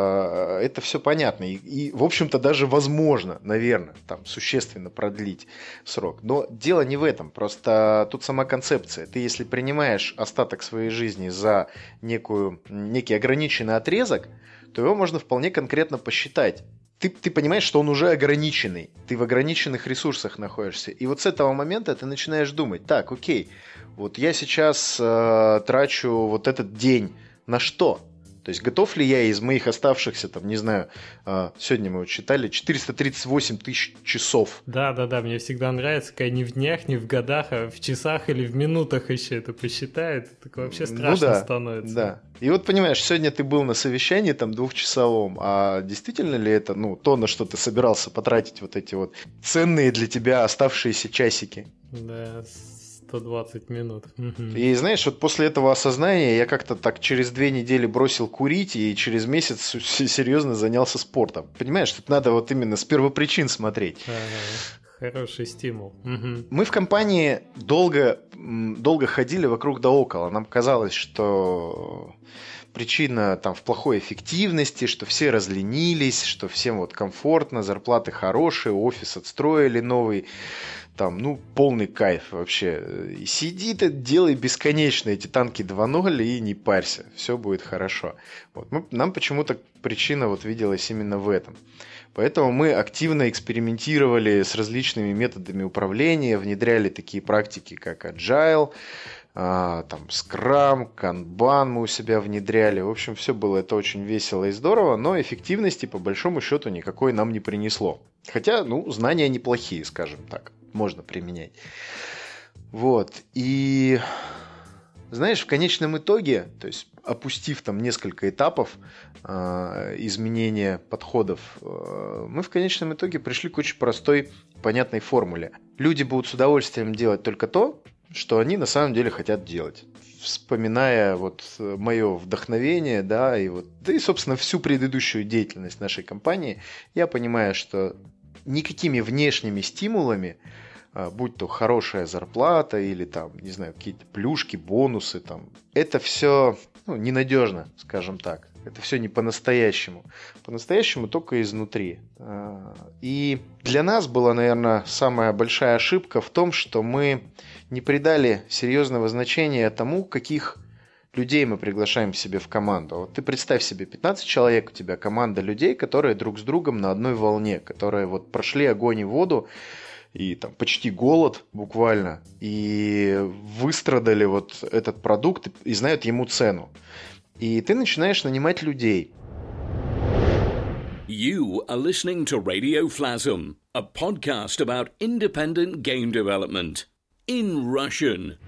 Это все понятно. И, и, в общем-то, даже возможно, наверное, там существенно продлить срок. Но дело не в этом. Просто тут сама концепция. Ты, если принимаешь остаток своей жизни за некую, некий ограниченный отрезок, то его можно вполне конкретно посчитать. Ты, ты понимаешь, что он уже ограниченный. Ты в ограниченных ресурсах находишься. И вот с этого момента ты начинаешь думать, так, окей, вот я сейчас э, трачу вот этот день на что? То есть готов ли я из моих оставшихся, там, не знаю, сегодня мы вот считали, четыреста тридцать восемь тысяч часов. Да-да-да, мне всегда нравится, когда не в днях, не в годах, а в часах или в минутах еще это посчитает. Так вообще страшно ну, да, становится. Да. И вот понимаешь, сегодня ты был на совещании там двухчасовом, а действительно ли это, ну, то, на что ты собирался потратить вот эти вот ценные для тебя оставшиеся часики? Да, сто двадцать минут. И знаешь, вот после этого осознания я как-то так через две недели бросил курить и через месяц серьезно занялся спортом. Понимаешь, тут надо вот именно с первопричин смотреть. Ага, хороший стимул. Угу. Мы в компании долго, долго ходили вокруг да около. Нам казалось, что причина там в плохой эффективности, что все разленились, что всем вот комфортно, зарплаты хорошие, офис отстроили новый. Там, ну, полный кайф вообще. И сиди ты, делай бесконечно эти танки два ноль и не парься. Все будет хорошо. Вот. Мы, нам почему-то причина вот виделась именно в этом. Поэтому мы активно экспериментировали с различными методами управления, внедряли такие практики, как Agile, а, там скрам, канбан мы у себя внедряли. В общем, все было это очень весело и здорово, но эффективности по большому счету никакой нам не принесло. Хотя, ну, знания неплохие, скажем так, можно применять. Вот, и знаешь, в конечном итоге, то есть опустив там несколько этапов э, изменения подходов, э, мы в конечном итоге пришли к очень простой, понятной формуле. Люди будут с удовольствием делать только то, что они на самом деле хотят делать. Вспоминая вот мое вдохновение, да, и вот, да и, собственно, всю предыдущую деятельность нашей компании, я понимаю, что никакими внешними стимулами, будь то хорошая зарплата или там, не знаю, какие-то плюшки, бонусы, там, это все, ну, ненадежно, скажем так. Это все не по-настоящему. По-настоящему только изнутри. И для нас была, наверное, самая большая ошибка в том, что мы не придали серьезного значения тому, каких людей мы приглашаем к себе в команду. Вот ты представь себе, пятнадцать человек, у тебя команда людей, которые друг с другом на одной волне, которые вот прошли огонь и воду, и там почти голод буквально, и выстрадали вот этот продукт и знают ему цену. И ты начинаешь нанимать людей. You are listening to Radio Flasm, a podcast about independent game development in Russian.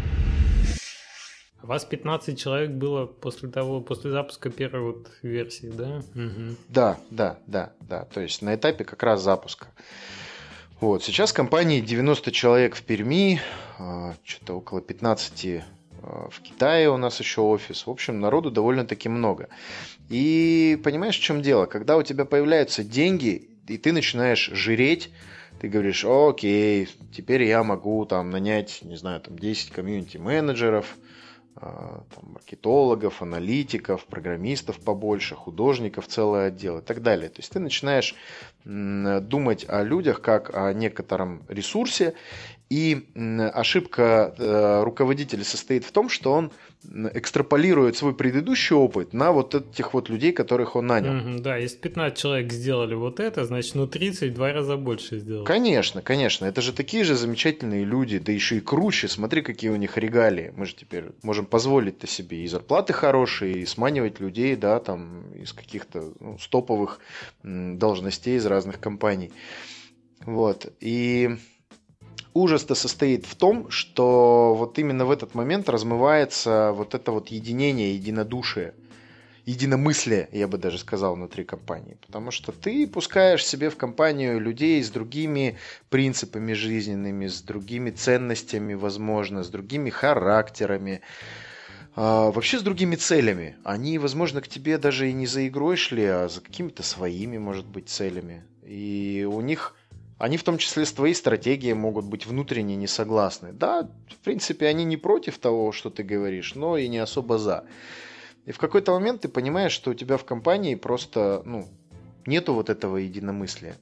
Вас пятнадцать человек было после того, после запуска первой вот версии, да? Угу. Да, да, да, да. То есть на этапе как раз запуска. Вот. Сейчас в компании девяносто человек в Перми, что-то около пятнадцать в Китае у нас еще офис. В общем, народу довольно-таки много. И понимаешь, в чем дело? Когда у тебя появляются деньги, и ты начинаешь жиреть, ты говоришь: окей, теперь я могу там нанять, не знаю, там десять комьюнити-менеджеров, там, маркетологов, аналитиков, программистов побольше, художников, целый отдел и так далее. То есть ты начинаешь думать о людях как о некотором ресурсе, и ошибка руководителя состоит в том, что он экстраполирует свой предыдущий опыт на вот этих вот людей, которых он нанял. Mm-hmm, да, если пятнадцать человек сделали вот это, значит, ну тридцать в два раза больше сделали. Конечно, конечно. Это же такие же замечательные люди, да еще и круче. Смотри, какие у них регалии. Мы же теперь можем позволить-то себе и зарплаты хорошие, и сманивать людей, да, там, из каких-то ну, стоповых должностей из разных компаний. Вот. И ужас-то состоит в том, что вот именно в этот момент размывается вот это вот единение, единодушие, единомыслие, я бы даже сказал, внутри компании. Потому что ты пускаешь себе в компанию людей с другими принципами жизненными, с другими ценностями, возможно, с другими характерами, вообще с другими целями. Они, возможно, к тебе даже и не за игрой шли, а за какими-то своими, может быть, целями. И у них... Они в том числе с твоей стратегией могут быть внутренне не согласны. Да, в принципе, они не против того, что ты говоришь, но и не особо за. И в какой-то момент ты понимаешь, что у тебя в компании просто ну, нету вот этого единомыслия.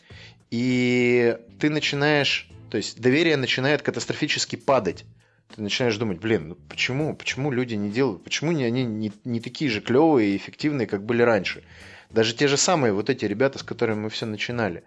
И ты начинаешь, то есть доверие начинает катастрофически падать. Ты начинаешь думать: блин, ну почему, почему люди не делают, почему они не, не такие же клевые и эффективные, как были раньше. Даже те же самые вот эти ребята, с которыми мы все начинали.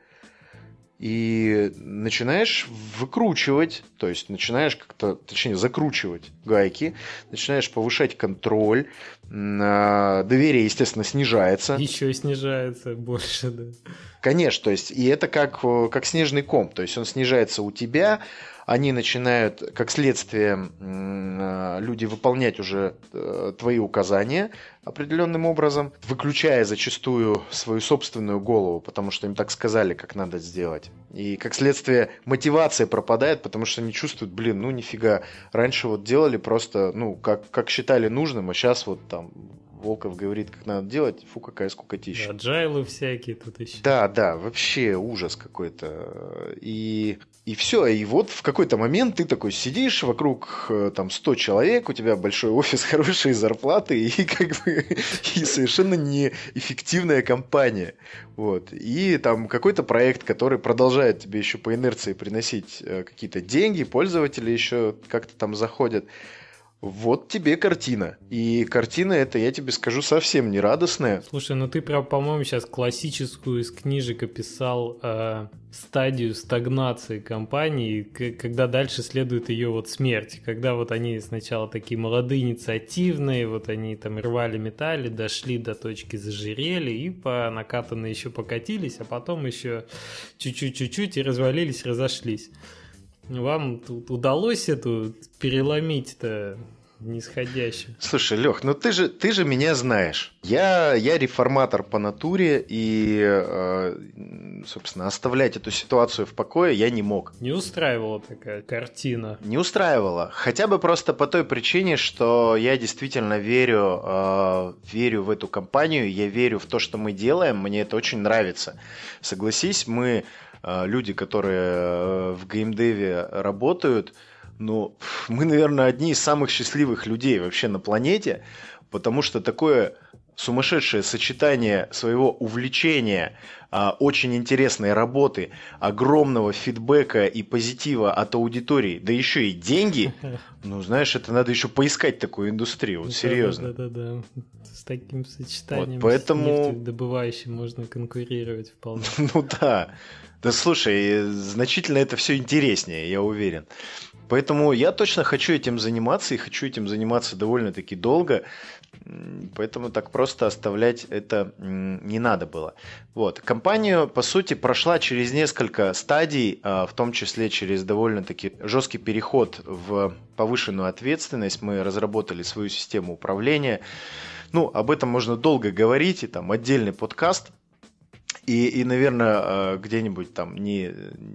И начинаешь выкручивать, то есть начинаешь как-то, точнее, закручивать гайки, начинаешь повышать контроль, доверие, естественно, снижается. Еще снижается больше, да. Конечно, то есть, и это как, как снежный ком, то есть он снижается у тебя, они начинают, как следствие, люди выполнять уже твои указания определенным образом, выключая зачастую свою собственную голову, потому что им так сказали, как надо сделать. И как следствие мотивация пропадает, потому что они чувствуют: блин, ну нифига, раньше вот делали просто, ну, как, как считали нужным, а сейчас вот там Волков говорит, как надо делать, фу, какая скукотища. Аджайлы всякие тут еще. Да, да, вообще ужас какой-то. И, и все, и вот в какой-то момент ты такой сидишь, вокруг там сто человек, у тебя большой офис, хорошие зарплаты и как бы и совершенно неэффективная компания. Вот. И там какой-то проект, который продолжает тебе еще по инерции приносить какие-то деньги, пользователи еще как-то там заходят. Вот тебе картина. И картина эта, я тебе скажу, совсем не радостная. Слушай, ну ты, прям, по-моему, сейчас классическую из книжек описал э, стадию стагнации компании, к- когда дальше следует ее вот смерть. Когда вот они сначала такие молодые, инициативные, вот они там рвали, металли, дошли до точки, зажирели и по накатанной еще покатились, а потом еще чуть-чуть-чуть-чуть и развалились, разошлись. Вам тут удалось эту переломить-то нисходящую? Слушай, Лех, ну ты же, ты же меня знаешь. Я, я реформатор по натуре, и, э, собственно, оставлять эту ситуацию в покое я не мог. Не устраивала такая картина? Не устраивала. Хотя бы просто по той причине, что я действительно верю, э, верю в эту компанию, я верю в то, что мы делаем, мне это очень нравится. Согласись, мы... люди, которые в геймдеве работают, ну, мы, наверное, одни из самых счастливых людей вообще на планете, потому что такое сумасшедшее сочетание своего увлечения, очень интересной работы, огромного фидбэка и позитива от аудитории, да еще и деньги, ну, знаешь, это надо еще поискать такую индустрию, вот серьезно. Да-да-да, с таким сочетанием, вот поэтому... с нефтедобывающим можно конкурировать вполне. Ну да. Да слушай, значительно это все интереснее, я уверен. Поэтому я точно хочу этим заниматься, и хочу этим заниматься довольно-таки долго. Поэтому так просто оставлять это не надо было. Вот. Компания, по сути, прошла через несколько стадий, в том числе через довольно-таки жесткий переход в повышенную ответственность. Мы разработали свою систему управления. Ну, об этом можно долго говорить, и там отдельный подкаст. И, и, наверное, где-нибудь там не...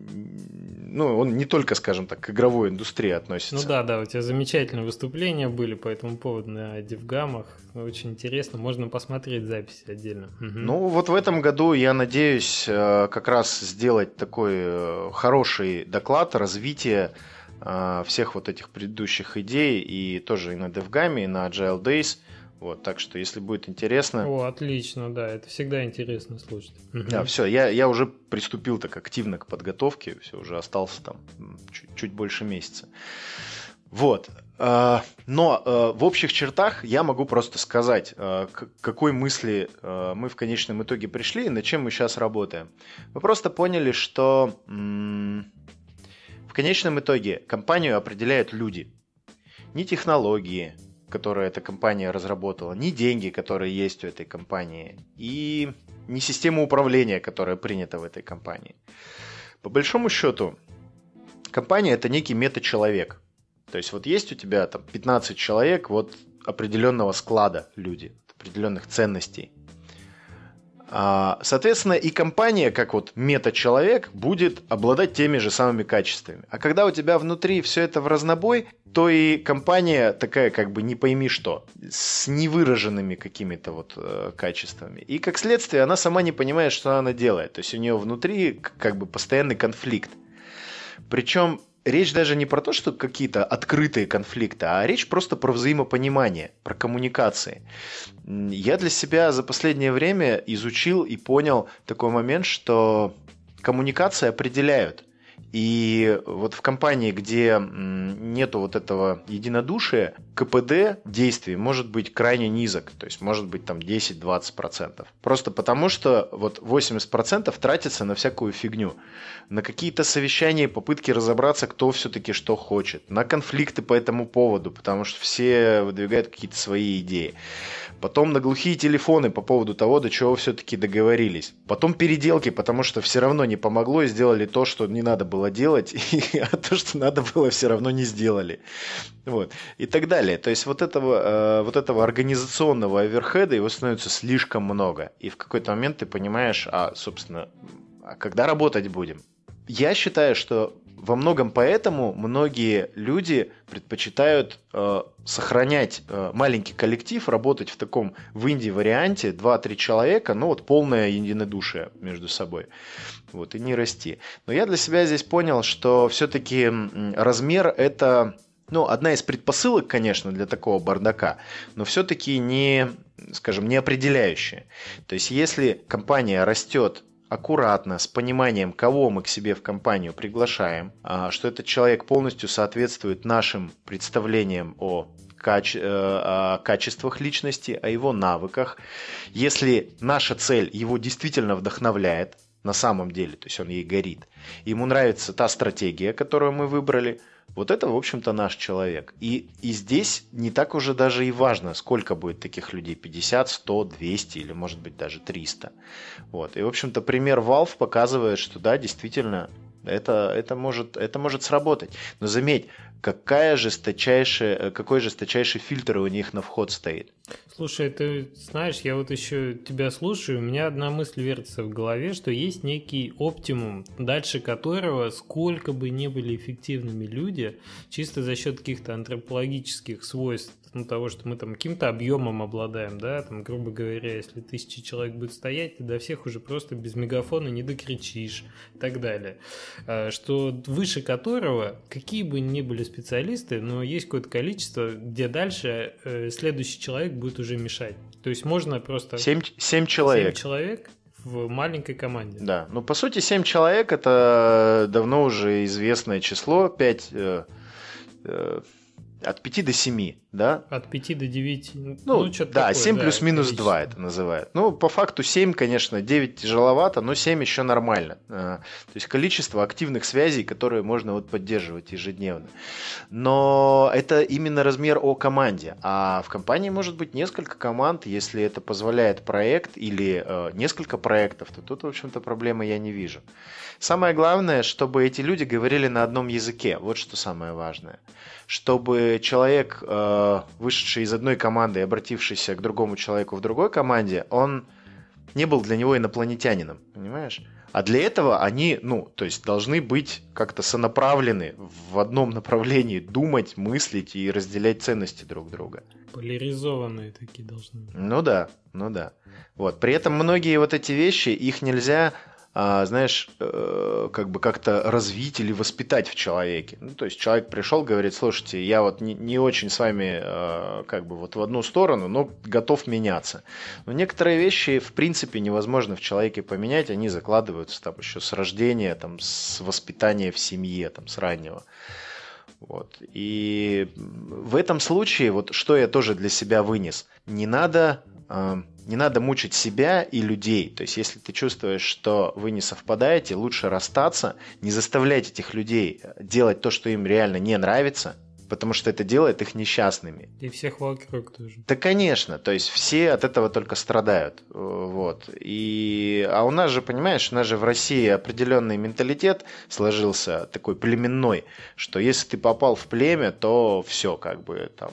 Ну, он не только, скажем так, к игровой индустрии относится. Ну да, да, у тебя замечательные выступления были по этому поводу на Девгамах. Очень интересно, можно посмотреть записи отдельно. Угу. Ну, вот в этом году я надеюсь как раз сделать такой хороший доклад развития всех вот этих предыдущих идей, и тоже и на Девгаме, и на Agile Days. Вот, так что, если будет интересно... О, отлично, да, это всегда интересно слушать. Да, все, я, я уже приступил так активно к подготовке, все, уже остался там чуть, чуть больше месяца. Вот, но в общих чертах я могу просто сказать, к какой мысли мы в конечном итоге пришли и над чем мы сейчас работаем. Мы просто поняли, что в конечном итоге компанию определяют люди, не технологии, которые эта компания разработала, не деньги, которые есть у этой компании, и не система управления, которая принята в этой компании. По большому счету, компания – это некий мета-человек. То есть вот есть у тебя там пятнадцать человек вот определенного склада люди, определенных ценностей. Соответственно, и компания, как вот мета-человек, будет обладать теми же самыми качествами. А когда у тебя внутри все это в разнобой, то и компания такая, как бы не пойми что, с невыраженными какими-то вот э, качествами. И как следствие, она сама не понимает, что она делает. То есть у нее внутри как бы постоянный конфликт. Причем речь даже не про то, что какие-то открытые конфликты, а речь просто про взаимопонимание, про коммуникации. Я для себя за последнее время изучил и понял такой момент, что коммуникации определяют. И вот в компании, где нету вот этого единодушия, КПД действий может быть крайне низок, то есть может быть там десять-двадцать процентов. Просто потому, что вот восемьдесят процентов тратится на всякую фигню. На какие-то совещания, попытки разобраться, кто все-таки что хочет. На конфликты по этому поводу, потому что все выдвигают какие-то свои идеи. Потом на глухие телефоны по поводу того, до чего все-таки договорились. Потом переделки, потому что все равно не помогло и сделали то, что не надо было делать, а то, что надо было, все равно не сделали. Вот. И так далее. То есть вот этого, вот этого организационного оверхеда его становится слишком много. И в какой-то момент ты понимаешь, а, собственно, а когда работать будем? Я считаю, что во многом поэтому многие люди предпочитают э, сохранять э, маленький коллектив, работать в таком в инди-варианте, два-три человека, ну вот полное единодушие между собой, вот, и не расти. Но я для себя здесь понял, что все-таки размер – это, ну, одна из предпосылок, конечно, для такого бардака, но все-таки не, скажем, не определяющая. То есть если компания растет аккуратно, с пониманием, кого мы к себе в компанию приглашаем, что этот человек полностью соответствует нашим представлениям о каче- о качествах личности, о его навыках. Если наша цель его действительно вдохновляет на самом деле, то есть он ей горит, ему нравится та стратегия, которую мы выбрали, вот это, в общем-то, наш человек. И, и здесь не так уже даже и важно, сколько будет таких людей, пятьдесят, сто, двести или, может быть, даже триста. Вот. И, в общем-то, пример Valve показывает, что да, действительно, это, это, может, это может сработать. Но заметь, какая жесточайшая, какой жесточайший фильтр у них на вход стоит. Слушай, ты знаешь, я вот еще тебя слушаю, у меня одна мысль вертится в голове, что есть некий оптимум, дальше которого, сколько бы ни были эффективными люди, чисто за счет каких-то антропологических свойств, ну, того, что мы там каким-то объемом обладаем, да, там, грубо говоря, если тысяча человек будет стоять, ты до всех уже просто без мегафона не докричишь и так далее. Что выше которого, какие бы ни были специалисты, но есть какое-то количество, где дальше э, следующий человек будет уже мешать. То есть можно просто... Семь, семь человек. Семь человек в маленькой команде. Да, ну по сути семь человек это давно уже известное число, пять... Э, э, от пяти до семи, да? От пяти до девяти. Ну, ну что-то да, такое, семь да, плюс-минус количество. два это называют. Ну, по факту семь, конечно, девять тяжеловато, но семь еще нормально. То есть количество активных связей, которые можно вот поддерживать ежедневно. Но это именно размер о команде. А в компании может быть несколько команд, если это позволяет проект или э, несколько проектов, то тут, в общем-то, проблемы я не вижу. Самое главное, чтобы эти люди говорили на одном языке. Вот что самое важное. Чтобы человек, вышедший из одной команды и обратившийся к другому человеку в другой команде, он не был для него инопланетянином, понимаешь? А для этого они, ну, то есть должны быть как-то сонаправлены в одном направлении, думать, мыслить и разделять ценности друг друга. Поляризованные такие должны быть. Ну да, ну да. Вот. При этом многие вот эти вещи, их нельзя... А, знаешь, э, как бы как-то развить или воспитать в человеке. Ну, то есть человек пришел, говорит, слушайте, я вот не, не очень с вами э, как бы вот в одну сторону, но готов меняться. Но некоторые вещи в принципе невозможно в человеке поменять, они закладываются там еще с рождения, там, с воспитания в семье, там, с раннего. Вот. И в этом случае, вот что я тоже для себя вынес, не надо... Э, Не надо мучить себя и людей. То есть, если ты чувствуешь, что вы не совпадаете, лучше расстаться, не заставлять этих людей делать то, что им реально не нравится, потому что это делает их несчастными. И всех вокруг тоже. Да, конечно. То есть, все от этого только страдают. Вот. И... А у нас же, понимаешь, у нас же в России определенный менталитет сложился, такой племенной, что если ты попал в племя, то все, как бы там...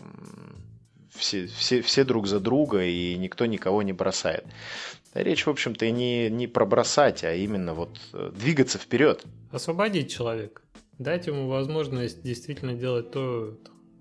Все, все, все друг за друга, и никто никого не бросает. Речь, в общем-то, и не, не про бросать, а именно вот двигаться вперед. Освободить человека. Дать ему возможность действительно делать то,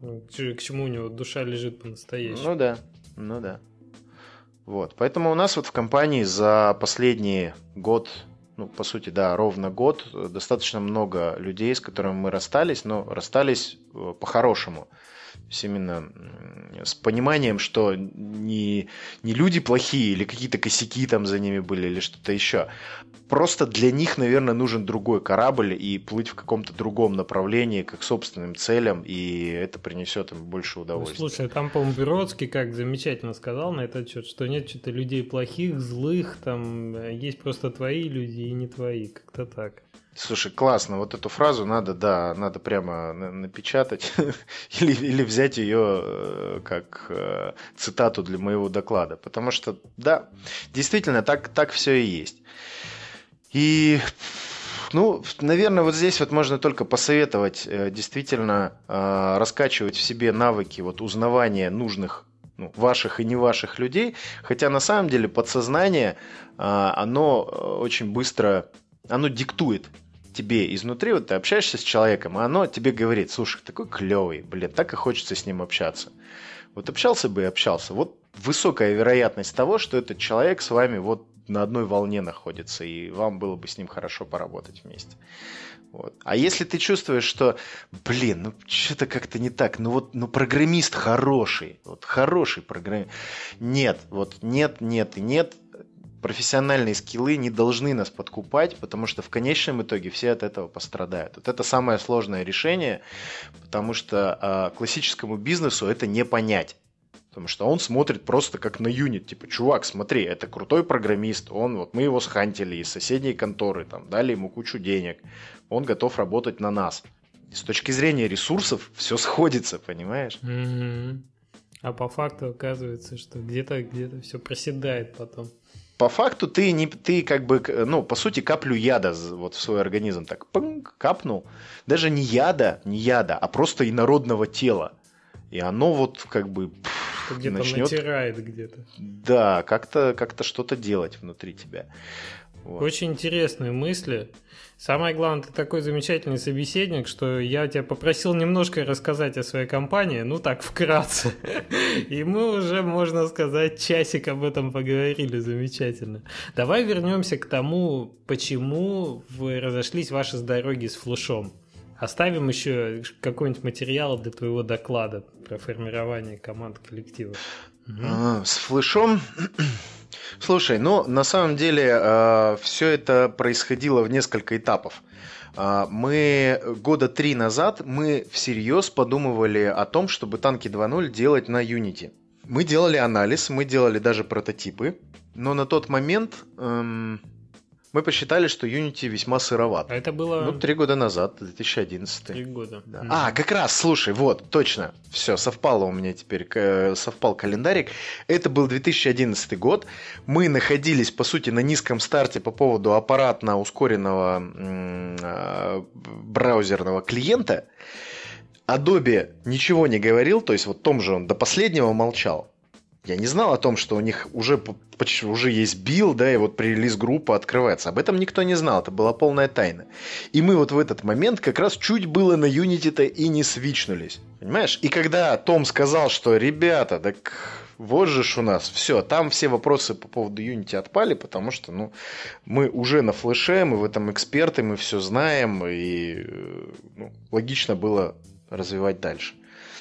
к чему у него душа лежит по-настоящему. Ну да, ну да. Вот. Поэтому у нас вот в компании за последний год, ну, по сути, да, ровно год, достаточно много людей, с которыми мы расстались, но расстались по-хорошему. То есть именно с пониманием, что не, не люди плохие или какие-то косяки там за ними были или что-то еще. Просто для них, наверное, нужен другой корабль и плыть в каком-то другом направлении, к собственным целям, и это принесет им больше удовольствия. Ну, слушай, там, по-моему, Бродский как замечательно сказал на этот счет, что нет что-то людей плохих, злых, там есть просто твои люди и не твои, как-то так. Слушай, классно, вот эту фразу надо, да, надо прямо напечатать или, или взять ее как цитату для моего доклада, потому что, да, действительно, так, так все и есть. И, ну, наверное, вот здесь вот можно только посоветовать действительно раскачивать в себе навыки вот узнавания нужных, ну, ваших и не ваших людей, хотя на самом деле подсознание, оно очень быстро, оно диктует тебе изнутри, вот ты общаешься с человеком, а оно тебе говорит, слушай, такой клевый, блин, так и хочется с ним общаться. Вот общался бы и общался. Вот высокая вероятность того, что этот человек с вами вот на одной волне находится, и вам было бы с ним хорошо поработать вместе. Вот. А если ты чувствуешь, что, блин, ну что-то как-то не так, ну вот, ну программист хороший, вот хороший программист. Нет, вот нет, нет и нет. профессиональные скиллы не должны нас подкупать, потому что в конечном итоге все от этого пострадают. Вот это самое сложное решение, потому что э, классическому бизнесу это не понять. Потому что он смотрит просто как на юнит. Типа, чувак, смотри, это крутой программист. Он, вот мы его схантили из соседней конторы, там, дали ему кучу денег. Он готов работать на нас. И с точки зрения ресурсов все сходится, понимаешь? Mm-hmm. А по факту оказывается, что где-то, где-то все проседает потом. По факту ты, не, ты как бы, ну, по сути, каплю яда вот в свой организм так пынк, капнул. Даже не яда, не яда, а просто инородного тела. И оно вот как бы... Где-то начнет, натирает где-то. Да, как-то, как-то что-то делать внутри тебя. Вот. Очень интересные мысли. Самое главное, ты такой замечательный собеседник, что я тебя попросил немножко рассказать о своей компании, ну так, вкратце. И мы уже, можно сказать, часик об этом поговорили замечательно. Давай вернемся к тому, почему вы разошлись ваши дороги с Флэшом. Оставим еще какой-нибудь материал для твоего доклада про формирование команд коллектива. Угу. А, с Флэшом... Слушай, ну, на самом деле э, все это происходило в несколько этапов. Э, мы года три назад мы всерьез подумывали о том, чтобы танки два ноль делать на Unity. Мы делали анализ, мы делали даже прототипы, но на тот момент... Эм... Мы посчитали, что Unity весьма сыроват. А это было... Ну, три года назад, две тысячи одиннадцатый. Три года. Да. Mm-hmm. А, как раз, слушай, вот, точно. Все, совпало у меня теперь, совпал календарик. Это был две тысячи одиннадцатый год. Мы находились, по сути, на низком старте по поводу аппаратно-ускоренного м- браузерного клиента. Adobe ничего не говорил, то есть вот Том же он до последнего молчал. Я не знал о том, что у них уже, уже есть билд, да, и вот при релиз-группа открывается. Об этом никто не знал, это была полная тайна. И мы вот в этот момент как раз чуть было на Unity-то и не свичнулись. Понимаешь? И когда Том сказал, что ребята, так вот же ж у нас, все, там все вопросы по поводу Unity отпали, потому что, ну, мы уже на флеше, мы в этом эксперты, мы все знаем, и ну, логично было развивать дальше.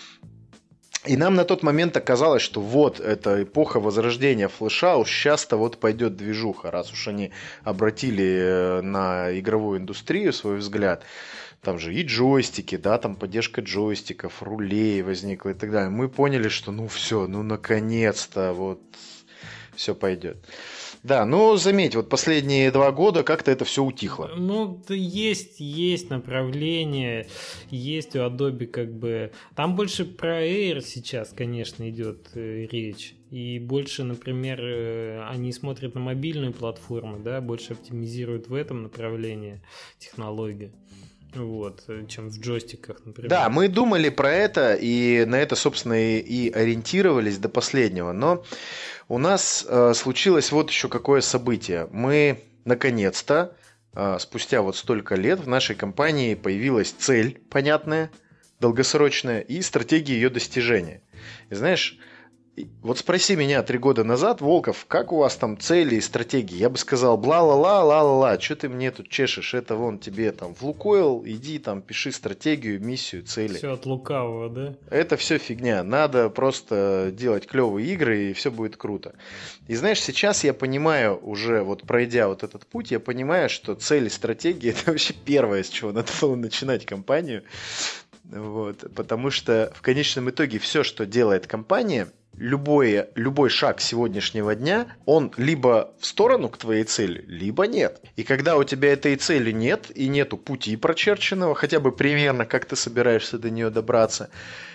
И нам на тот момент оказалось, что вот эта эпоха возрождения флеша, уж сейчас-то вот пойдет движуха, раз уж они обратили на игровую индустрию свой взгляд. Там же и джойстики, да, там поддержка джойстиков, рулей возникла и так далее. Мы поняли, что ну все, ну наконец-то вот все пойдет. Да, но заметь, вот последние два года как-то это все утихло. Ну, есть, есть направление, есть у Adobe как бы... Там больше про Air сейчас, конечно, идет э, речь. И больше, например, э, они смотрят на мобильные платформы, да, больше оптимизируют в этом направлении технологии. Вот, чем в джойстиках, например. Да, мы думали про это, и на это, собственно, и, и ориентировались до последнего. Но у нас э, случилось вот еще какое событие. Мы, наконец-то, э, спустя вот столько лет, в нашей компании появилась цель понятная, долгосрочная, и стратегия ее достижения. И знаешь... Вот спроси меня три года назад, Волков, как у вас там цели и стратегии? Я бы сказал, бла-ла-ла, ла-ла-ла, что ты мне тут чешешь? Это вон тебе там в Лукойл, иди там пиши стратегию, миссию, цели. Все от лукавого, да? Это все фигня. Надо просто делать клевые игры, и все будет круто. И знаешь, сейчас я понимаю, уже вот пройдя вот этот путь, я понимаю, что цели, стратегии, это вообще первое, с чего надо было начинать компанию. Вот, потому что в конечном итоге все, что делает компания, любой, любой шаг сегодняшнего дня, он либо в сторону к твоей цели, либо нет. И когда у тебя этой цели нет, и нету пути прочерченного, хотя бы примерно, как ты собираешься до нее добраться,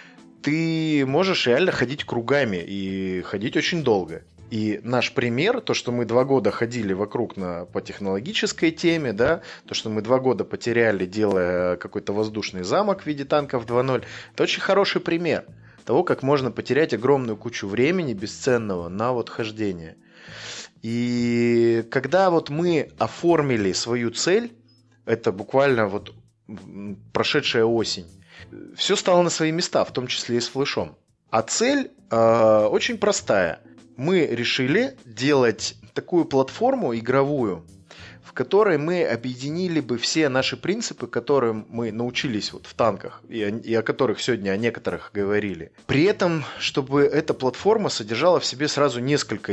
ты можешь реально ходить кругами и ходить очень долго. И наш пример, то, что мы два года ходили вокруг на, по технологической теме, да, то, что мы два года потеряли, делая какой-то воздушный замок в виде танков два ноль, это очень хороший пример того, как можно потерять огромную кучу времени бесценного на вот хождение. И когда вот мы оформили свою цель, это буквально вот прошедшая осень, все стало на свои места, в том числе и с флешом. А цель э, очень простая. Мы решили делать такую платформу игровую, в которой мы объединили бы все наши принципы, которым мы научились вот в танках, и о, и о которых сегодня о некоторых говорили. При этом, чтобы эта платформа содержала в себе сразу несколько игр.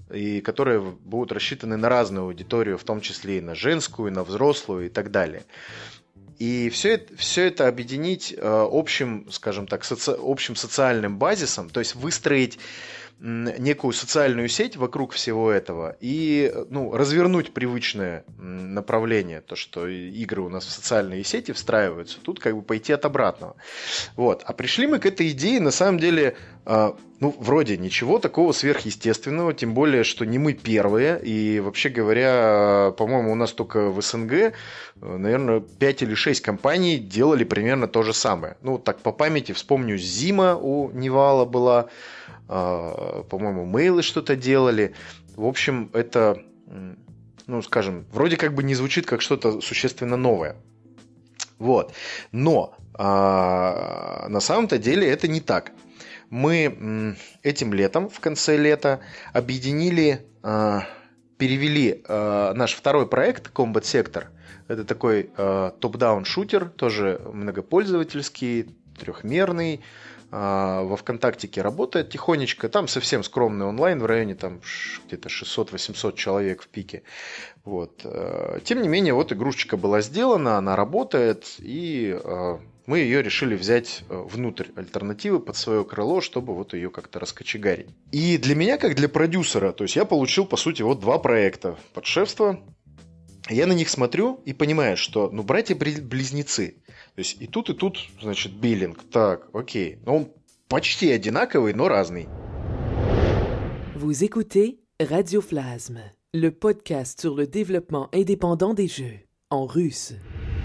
и которые будут рассчитаны на разную аудиторию, в том числе и на женскую, и на взрослую и так далее. И все это, все это объединить общим, скажем так, соци... общим социальным базисом, то есть выстроить некую социальную сеть вокруг всего этого и ну, развернуть привычное направление, то, что игры у нас в социальные сети встраиваются, тут как бы пойти от обратного. Вот. А пришли мы к этой идее, на самом деле, ну, вроде ничего такого сверхъестественного, тем более, что не мы первые, и вообще говоря, по-моему, у нас только в СНГ, наверное, пять или шесть компаний делали примерно то же самое. Ну, так по памяти вспомню, Зима у Невала была, по-моему, Мейлы что-то делали. В общем, это, ну, скажем, вроде как бы не звучит как что-то существенно новое. Вот. Но а, на самом-то деле это не так. Мы этим летом, в конце лета, объединили, а, перевели а, наш второй проект Combat Sector. Это такой а, топ-даун шутер, тоже многопользовательский, трехмерный. Во ВКонтактике работает тихонечко, там совсем скромный онлайн в районе там где-то шестьсот-восемьсот человек в пике. Вот. Тем не менее, вот игрушечка была сделана, она работает, и мы ее решили взять внутрь альтернативы под свое крыло, чтобы вот ее как-то раскочегарить. И для меня, как для продюсера, то есть я получил, по сути, вот два проекта под шефство. Я на них смотрю и понимаю, что, ну, братья-близнецы. То есть и тут, и тут, значит, биллинг. Так, окей. Но он почти одинаковый, но разный. Vous écoutez Radio Plasme, le podcast sur le développement indépendant des jeux, en russe.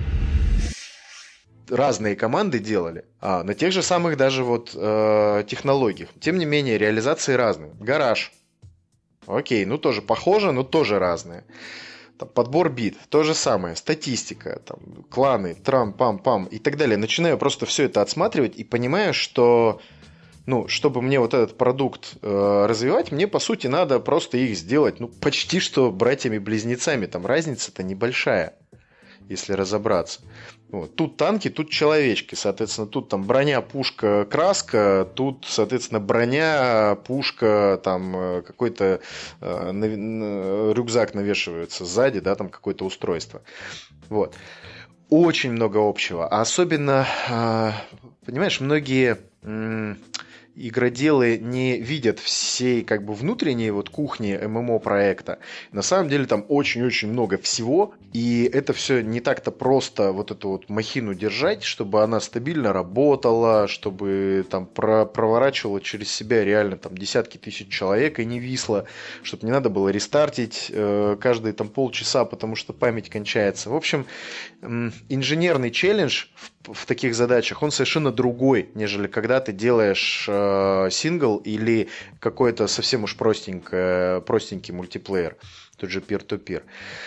Разные команды делали, а, на тех же самых даже вот э, технологиях. Тем не менее, реализации разные. Гараж. Окей, ну тоже похоже, но тоже разные. Там, подбор бит, то же самое, статистика, там, кланы, трам, пам, пам и так далее. Начинаю просто все это отсматривать и понимаю, что, ну, чтобы мне вот этот продукт э, развивать, мне, по сути, надо просто их сделать, ну, почти что братьями-близнецами. Там разница-то небольшая, если разобраться. Вот. Тут танки, тут человечки, соответственно, тут там броня, пушка, краска, тут, соответственно, броня, пушка, там какой-то э, нав... рюкзак навешивается сзади, да, там какое-то устройство. Вот. Очень много общего. А особенно, э, понимаешь, многие э, игроделы не видят всей как бы внутренней вот кухни эм эм о проекта. На самом деле там очень-очень много всего, и это все не так-то просто вот эту вот махину держать, чтобы она стабильно работала, чтобы там про- проворачивала через себя реально там десятки тысяч человек и не висла, чтобы не надо было рестартить э, каждые там полчаса, потому что память кончается. В общем, э, инженерный челлендж в, в таких задачах, он совершенно другой, нежели когда ты делаешь э, сингл или какой-то совсем уж простенький, простенький мультиплеер, тот же peer-to-peer.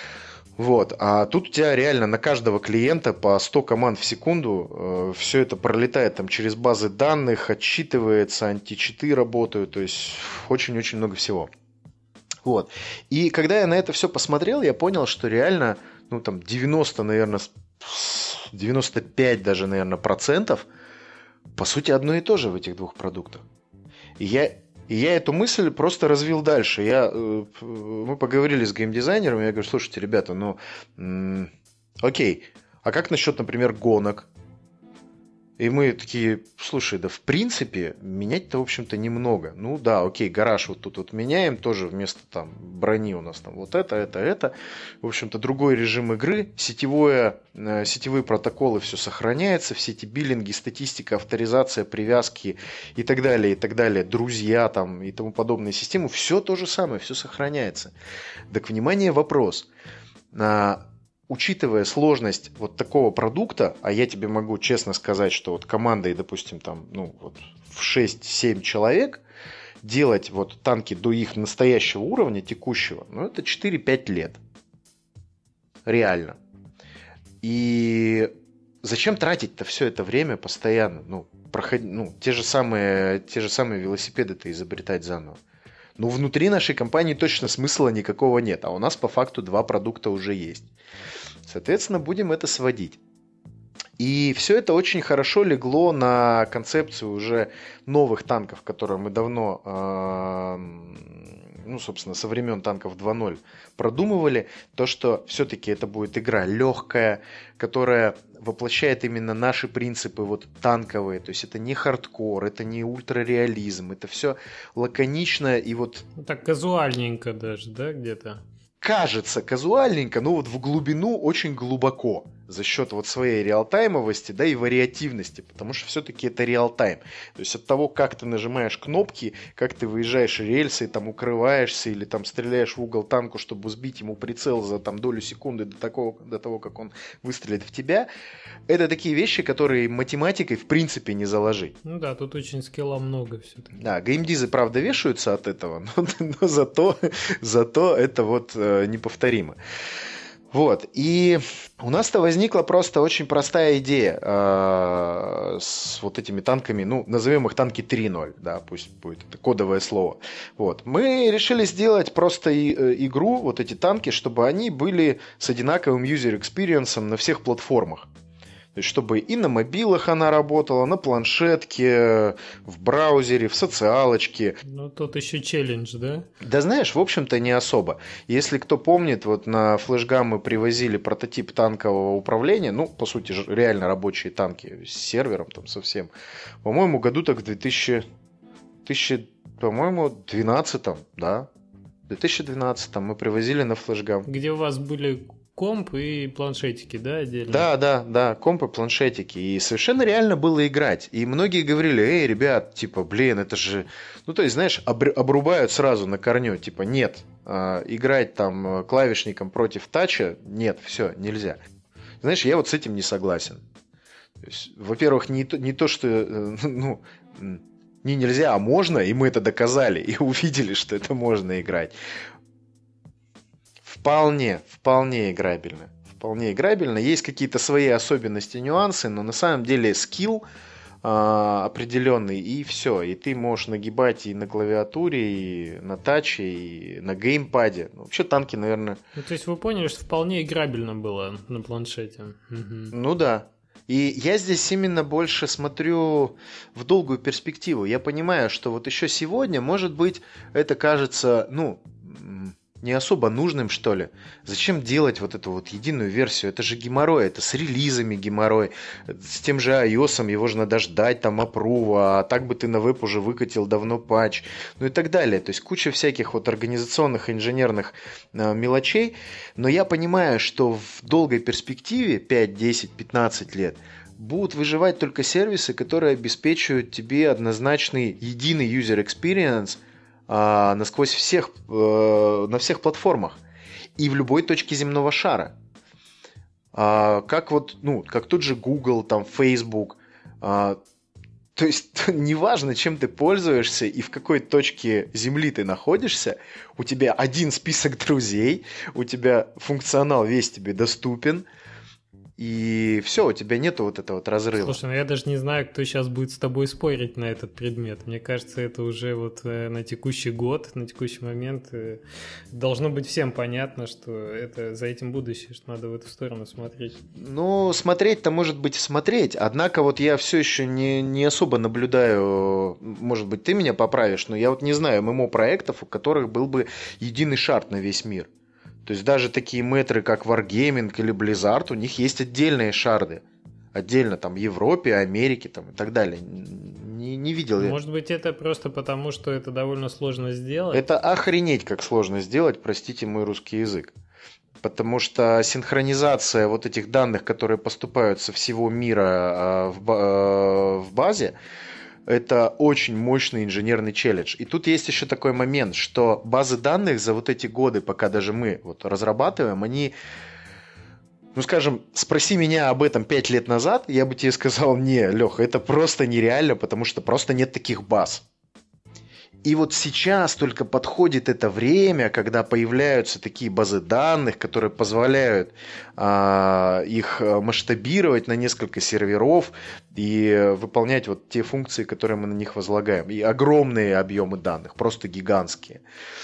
Вот. А тут у тебя реально на каждого клиента по сто команд в секунду э, все это пролетает там через базы данных, отсчитывается, античиты работают, то есть очень-очень много всего. Вот. И когда я на это все посмотрел, я понял, что реально, ну там девяносто, наверное, девяносто пять даже, наверное, процентов по сути одно и то же в этих двух продуктах. И я И я эту мысль просто развил дальше. Я, мы поговорили с геймдизайнером, я говорю, слушайте, ребята, ну, м- окей, а как насчет, например, гонок? И мы такие, слушай, да в принципе менять-то, в общем-то, немного. Ну да, окей, гараж вот тут вот меняем, тоже вместо там брони у нас там вот это, это, это. В общем-то, другой режим игры, сетевое, э, сетевые протоколы, все сохраняется, все эти биллинги, статистика, авторизация, привязки и так далее, и так далее, друзья там и тому подобные системы, все то же самое, все сохраняется. Так, внимание, вопрос. А, учитывая сложность вот такого продукта, а я тебе могу честно сказать, что вот командой, допустим, там, ну, вот в шесть-семь человек делать вот танки до их настоящего уровня, текущего, ну, это четыре-пять лет. Реально. И зачем тратить-то все это время постоянно? Ну, проход... ну те же самые, те же самые велосипеды-то изобретать заново. Ну, внутри нашей компании точно смысла никакого нет, а у нас по факту два продукта уже есть. Соответственно, будем это сводить. И все это очень хорошо легло на концепцию уже новых танков, которые мы давно э, ну, собственно, со времен танков два ноль продумывали, то, что все-таки это будет игра легкая, которая воплощает именно наши принципы вот танковые, то есть это не хардкор, это не ультрареализм, это все лаконично и вот... Так казуальненько даже, да, где-то? Кажется казуальненько, но вот в глубину очень глубоко за счет вот своей реалтаймовости, да, и вариативности, потому что все-таки это реалтайм. То есть от того, как ты нажимаешь кнопки, как ты выезжаешь рельсы, там укрываешься или там стреляешь в угол танку, чтобы сбить ему прицел за там долю секунды до, такого, до того, как он выстрелит в тебя, это такие вещи, которые математикой в принципе не заложить. Ну да, тут очень скилла много все-таки. Да, геймдизы, правда, вешаются от этого, но, но зато, зато это вот э, неповторимо. Вот, и у нас-то возникла просто очень простая идея э, с вот этими танками, ну, назовем их танки три ноль, да, пусть будет это кодовое слово. Вот, мы решили сделать просто и, э, игру, вот эти танки, чтобы они были с одинаковым user experience на всех платформах. То есть, чтобы и на мобилах она работала, на планшетке, в браузере, в социалочке. Ну, тут еще челлендж, да? Да знаешь, в общем-то, не особо. Если кто помнит, вот на флешгам мы привозили прототип танкового управления, ну, по сути, реально рабочие танки с сервером там совсем. По-моему, году так в две тысячи, по-моему, двенадцатом, да? В две тысячи двенадцатом мы привозили на флешгам. Где у вас были... комп и планшетики, да, отдельно? Да, да, да, комп и планшетики. И совершенно реально было играть. И многие говорили, эй, ребят, типа, блин, это же... Ну, то есть, знаешь, обр- обрубают сразу на корню. Типа, нет, э, играть там клавишником против тача, нет, все, нельзя. Знаешь, я вот с этим не согласен. То есть, во-первых, не то, не то что... Э, ну, не нельзя, а можно, и мы это доказали. И увидели, что это можно играть. Вполне, вполне играбельно. Вполне играбельно. Есть какие-то свои особенности, нюансы, но на самом деле скилл а, определенный, и все. И ты можешь нагибать и на клавиатуре, и на таче, и на геймпаде. Ну, вообще танки, наверное... Ну, то есть вы поняли, что вполне играбельно было на планшете. Угу. Ну да. И я здесь именно больше смотрю в долгую перспективу. Я понимаю, что вот еще сегодня, может быть, это кажется, ну... не особо нужным, что ли. Зачем делать вот эту вот единую версию? Это же геморрой, это с релизами геморрой. С тем же iOS его же надо ждать, там, апрува, а так бы ты на веб уже выкатил давно патч, ну и так далее. То есть куча всяких вот организационных, инженерных э, мелочей. Но я понимаю, что в долгой перспективе, пять, десять, пятнадцать лет, будут выживать только сервисы, которые обеспечивают тебе однозначный единый user experience а, насквозь всех, э, на всех платформах и в любой точке земного шара. А, как вот, ну, как тот же Google, там, Facebook. А, то есть, неважно, чем ты пользуешься и в какой точке земли ты находишься, у тебя один список друзей, у тебя функционал весь тебе доступен, и все, у тебя нету вот этого вот разрыва. Слушай, ну я даже не знаю, кто сейчас будет с тобой спорить на этот предмет. Мне кажется, это уже вот э, на текущий год, на текущий момент э, должно быть всем понятно, что это за этим будущее, что надо в эту сторону смотреть. Ну, смотреть-то может быть смотреть, однако вот я все еще не, не особо наблюдаю, может быть, ты меня поправишь, но я вот не знаю эм эм о-проектов, у которых был бы единый шарт на весь мир. То есть даже такие мэтры, как Wargaming или Blizzard, у них есть отдельные шарды. Отдельно там в Европе, Америке там, и так далее. Не, не видел я. Может быть, это просто потому, что это довольно сложно сделать? Это охренеть как сложно сделать, простите мой русский язык. Потому что синхронизация вот этих данных, которые поступают со всего мира в базе, это очень мощный инженерный челлендж. И тут есть еще такой момент, что базы данных за вот эти годы, пока даже мы вот разрабатываем, они, ну скажем, спроси меня об этом пять лет назад, я бы тебе сказал, не, Леха, это просто нереально, потому что просто нет таких баз. И вот сейчас только подходит это время, когда появляются такие базы данных, которые позволяют а, их масштабировать на несколько серверов и выполнять вот те функции, которые мы на них возлагаем. И огромные объемы данных, просто гигантские.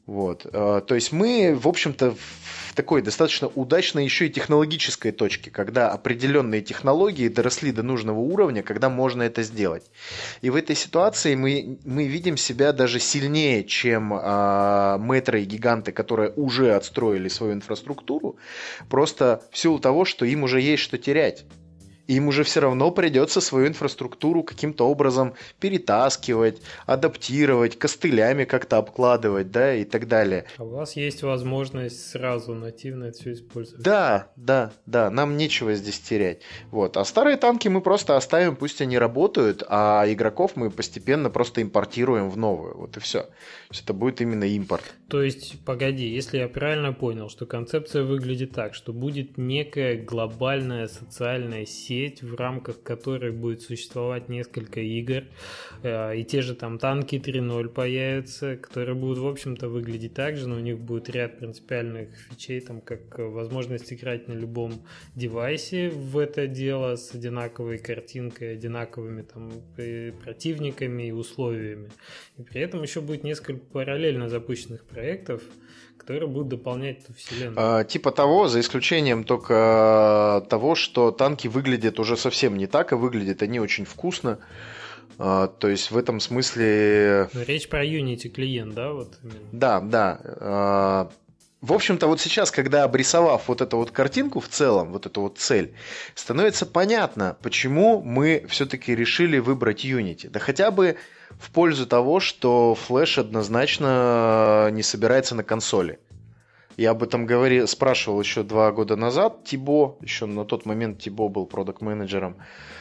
Вот. То есть мы, в общем-то, в такой достаточно удачной еще и технологической точке, когда определенные технологии доросли до нужного уровня, когда можно это сделать. И в этой ситуации мы, мы видим себя даже сильнее, чем а, мэтры и гиганты, которые уже отстроили свою инфраструктуру, просто в силу того, что им уже есть что терять. Им уже все равно придется свою инфраструктуру каким-то образом перетаскивать, адаптировать, костылями как-то обкладывать, да, и так далее. А у вас есть возможность сразу нативно это все использовать. Да, да, да, нам нечего здесь терять. Вот. А старые танки мы просто оставим, пусть они работают, а игроков мы постепенно просто импортируем в новую. Вот и все. То есть это будет именно импорт. То есть, погоди, если я правильно понял, что концепция выглядит так, что будет некая глобальная социальная сеть, в рамках которой будет существовать несколько игр, и те же там танки три ноль появятся, которые будут, в общем-то, выглядеть так же, но у них будет ряд принципиальных фичей, там, как возможность играть на любом девайсе в это дело с одинаковой картинкой, одинаковыми там противниками и условиями. И при этом еще будет несколько параллельно запущенных проектов, которые будут дополнять эту вселенную. А, типа того, за исключением только того, что танки выглядят уже совсем не так, и выглядят они очень вкусно. А, то есть в этом смысле... Но речь про Unity клиент, да? Вот именно. Да, да. А, в общем-то, вот сейчас, когда обрисовав вот эту вот картинку в целом, вот эту вот цель, становится понятно, почему мы все-таки решили выбрать Unity. Да хотя бы в пользу того, что Flash однозначно не собирается на консоли. Я об этом говорил, спрашивал еще два года назад Тибо, еще на тот момент Тибо был продакт-менеджером,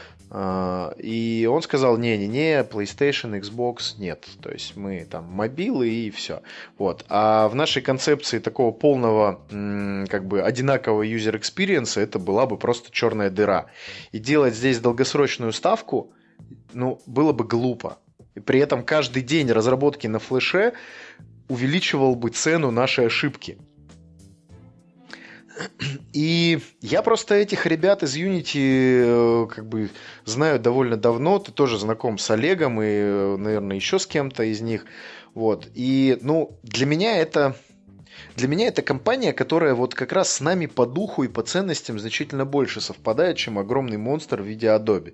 и он сказал, не-не-не, PlayStation, Xbox нет, то есть мы там мобилы и все. Вот. А в нашей концепции такого полного, как бы одинакового user experience это была бы просто черная дыра. И делать здесь долгосрочную ставку, ну, было бы глупо. И при этом каждый день разработки на флеше увеличивал бы цену нашей ошибки. И я просто этих ребят из Unity как бы знаю довольно давно. Ты тоже знаком с Олегом и, наверное, еще с кем-то из них. Вот. И, ну, для меня это... Для меня это компания, которая вот как раз с нами по духу и по ценностям значительно больше совпадает, чем огромный монстр в виде Adobe.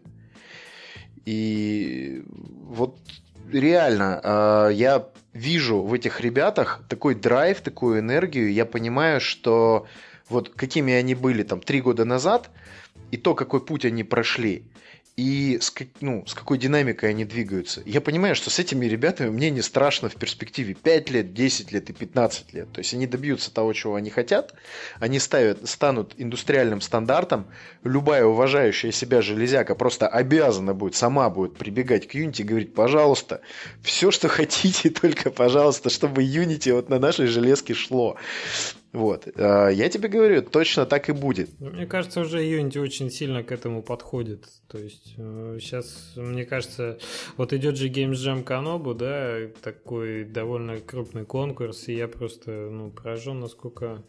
И вот реально я вижу в этих ребятах такой драйв, такую энергию. Я понимаю, что вот какими они были там три года назад, и то, какой путь они прошли, и с, ну, с какой динамикой они двигаются. Я понимаю, что с этими ребятами мне не страшно в перспективе пять лет, десять лет и пятнадцать лет. То есть они добьются того, чего они хотят, они ставят, станут индустриальным стандартом. Любая уважающая себя железяка просто обязана будет, сама будет прибегать к Unity и говорить, пожалуйста, все, что хотите, только, пожалуйста, чтобы Unity вот на нашей железке шло. Вот. Я тебе говорю, точно так и будет. Мне кажется, уже Unity очень сильно к этому подходит. То есть сейчас, мне кажется, вот идет же Games Jam Kanobu, да, такой довольно крупный конкурс, и я просто, ну, поражен, насколько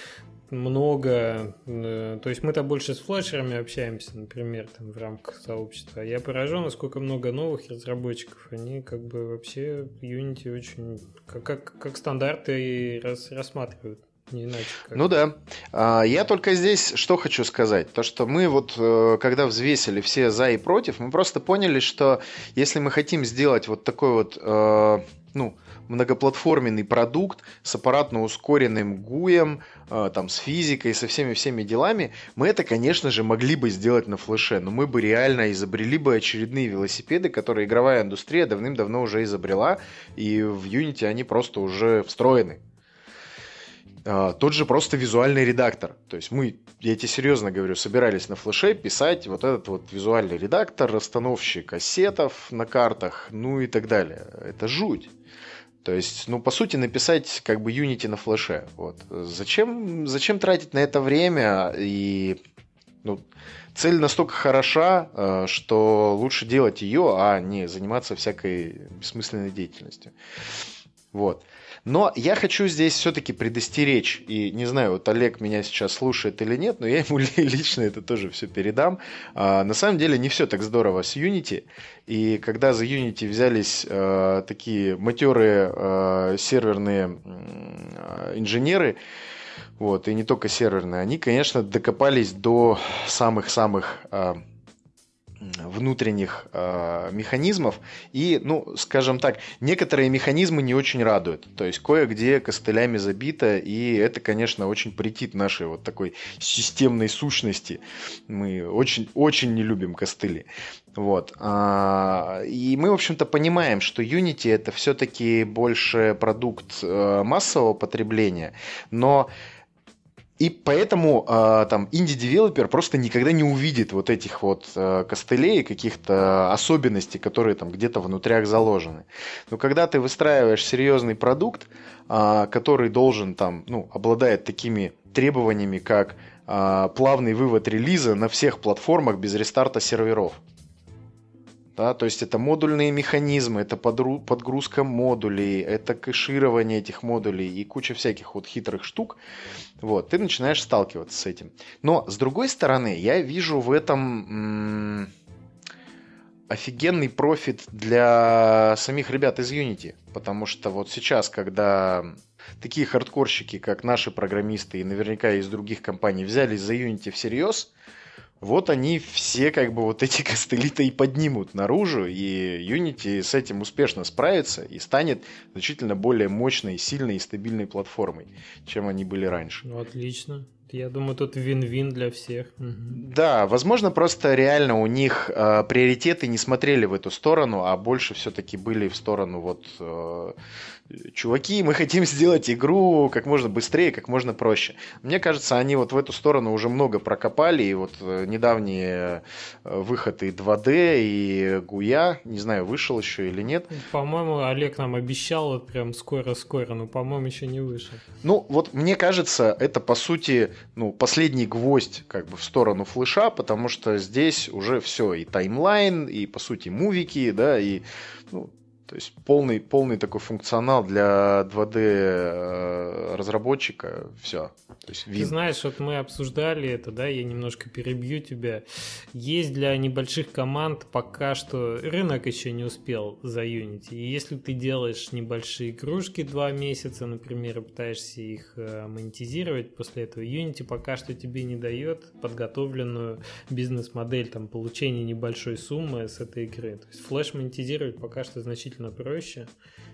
много, то есть мы-то больше с флешерами общаемся, например, там в рамках сообщества. Я поражен, насколько много новых разработчиков. Они как бы вообще Unity очень как, как, как стандарты рас, рассматривают. Не иначе как. Ну да. Я только здесь что хочу сказать. То, что мы вот, когда взвесили все за и против, мы просто поняли, что если мы хотим сделать вот такой вот, ну, многоплатформенный продукт с аппаратно ускоренным гуем, там, с физикой, со всеми-всеми делами, мы это, конечно же, могли бы сделать на флеше, но мы бы реально изобрели бы очередные велосипеды, которые игровая индустрия давным-давно уже изобрела, и в Unity они просто уже встроены. Тот же просто визуальный редактор. То есть мы, я тебе серьезно говорю, собирались на флеше писать вот этот вот визуальный редактор, расстановщик ассетов на картах, ну и так далее. Это жуть. То есть, ну, по сути, написать как бы Unity на флеше. Вот. Зачем, зачем тратить на это время? И, ну, цель настолько хороша, что лучше делать ее, а не заниматься всякой бессмысленной деятельностью. Вот. Но я хочу здесь все-таки предостеречь, и не знаю, вот Олег меня сейчас слушает или нет, но я ему лично это тоже все передам. А, на самом деле не все так здорово с Unity, и когда за Unity взялись а, такие матерые а, серверные а, инженеры, вот, и не только серверные, они, конечно, докопались до самых-самых... А, внутренних э, механизмов, и, ну, скажем так, некоторые механизмы не очень радуют, то есть кое-где костылями забито, и это, конечно, очень претит нашей вот такой системной сущности. Мы очень, очень не любим костыли. Вот. И мы, в общем-то, понимаем, что Unity это все-таки больше продукт массового потребления, но и поэтому э, там инди-девелопер просто никогда не увидит вот этих вот э, костылей, каких-то особенностей, которые там где-то внутрях заложены. Но когда ты выстраиваешь серьезный продукт, э, который должен там, ну, обладает такими требованиями, как э, плавный вывод релиза на всех платформах без рестарта серверов. Да, то есть это модульные механизмы, это подгрузка модулей, это кэширование этих модулей и куча всяких вот хитрых штук. Вот, ты начинаешь сталкиваться с этим. Но, с другой стороны, я вижу в этом м- офигенный профит для самих ребят из Unity. Потому что вот сейчас, когда такие хардкорщики, как наши программисты и наверняка из других компаний взялись за Unity всерьез, вот они все как бы вот эти костыли-то и поднимут наружу, и Unity с этим успешно справится и станет значительно более мощной, сильной и стабильной платформой, чем они были раньше. Ну, отлично. Я думаю, тут вин-вин для всех. Угу. Да, возможно, просто реально у них э, приоритеты не смотрели в эту сторону, а больше все-таки были в сторону вот... Э, чуваки, мы хотим сделать игру как можно быстрее, как можно проще. Мне кажется, они вот в эту сторону уже много прокопали, и вот недавние выходы два дэ и Гуя, не знаю, вышел еще или нет. По-моему, Олег нам обещал вот прям скоро-скоро, но, по-моему, еще не вышел. Ну, вот мне кажется, это, по сути, ну, последний гвоздь как бы в сторону флеша, потому что здесь уже все, и таймлайн, и, по сути, мувики, да, и, ну, то есть полный, полный такой функционал для два дэ разработчика, все. То есть Ты знаешь, вот мы обсуждали это, да, я немножко перебью тебя. Есть для небольших команд пока что рынок еще не успел за Unity. И если ты делаешь небольшие игрушки два месяца, например, и пытаешься их э, монетизировать, после этого Unity пока что тебе не дает подготовленную бизнес-модель там, получения небольшой суммы с этой игры. То есть флеш монетизировать пока что значительно проще.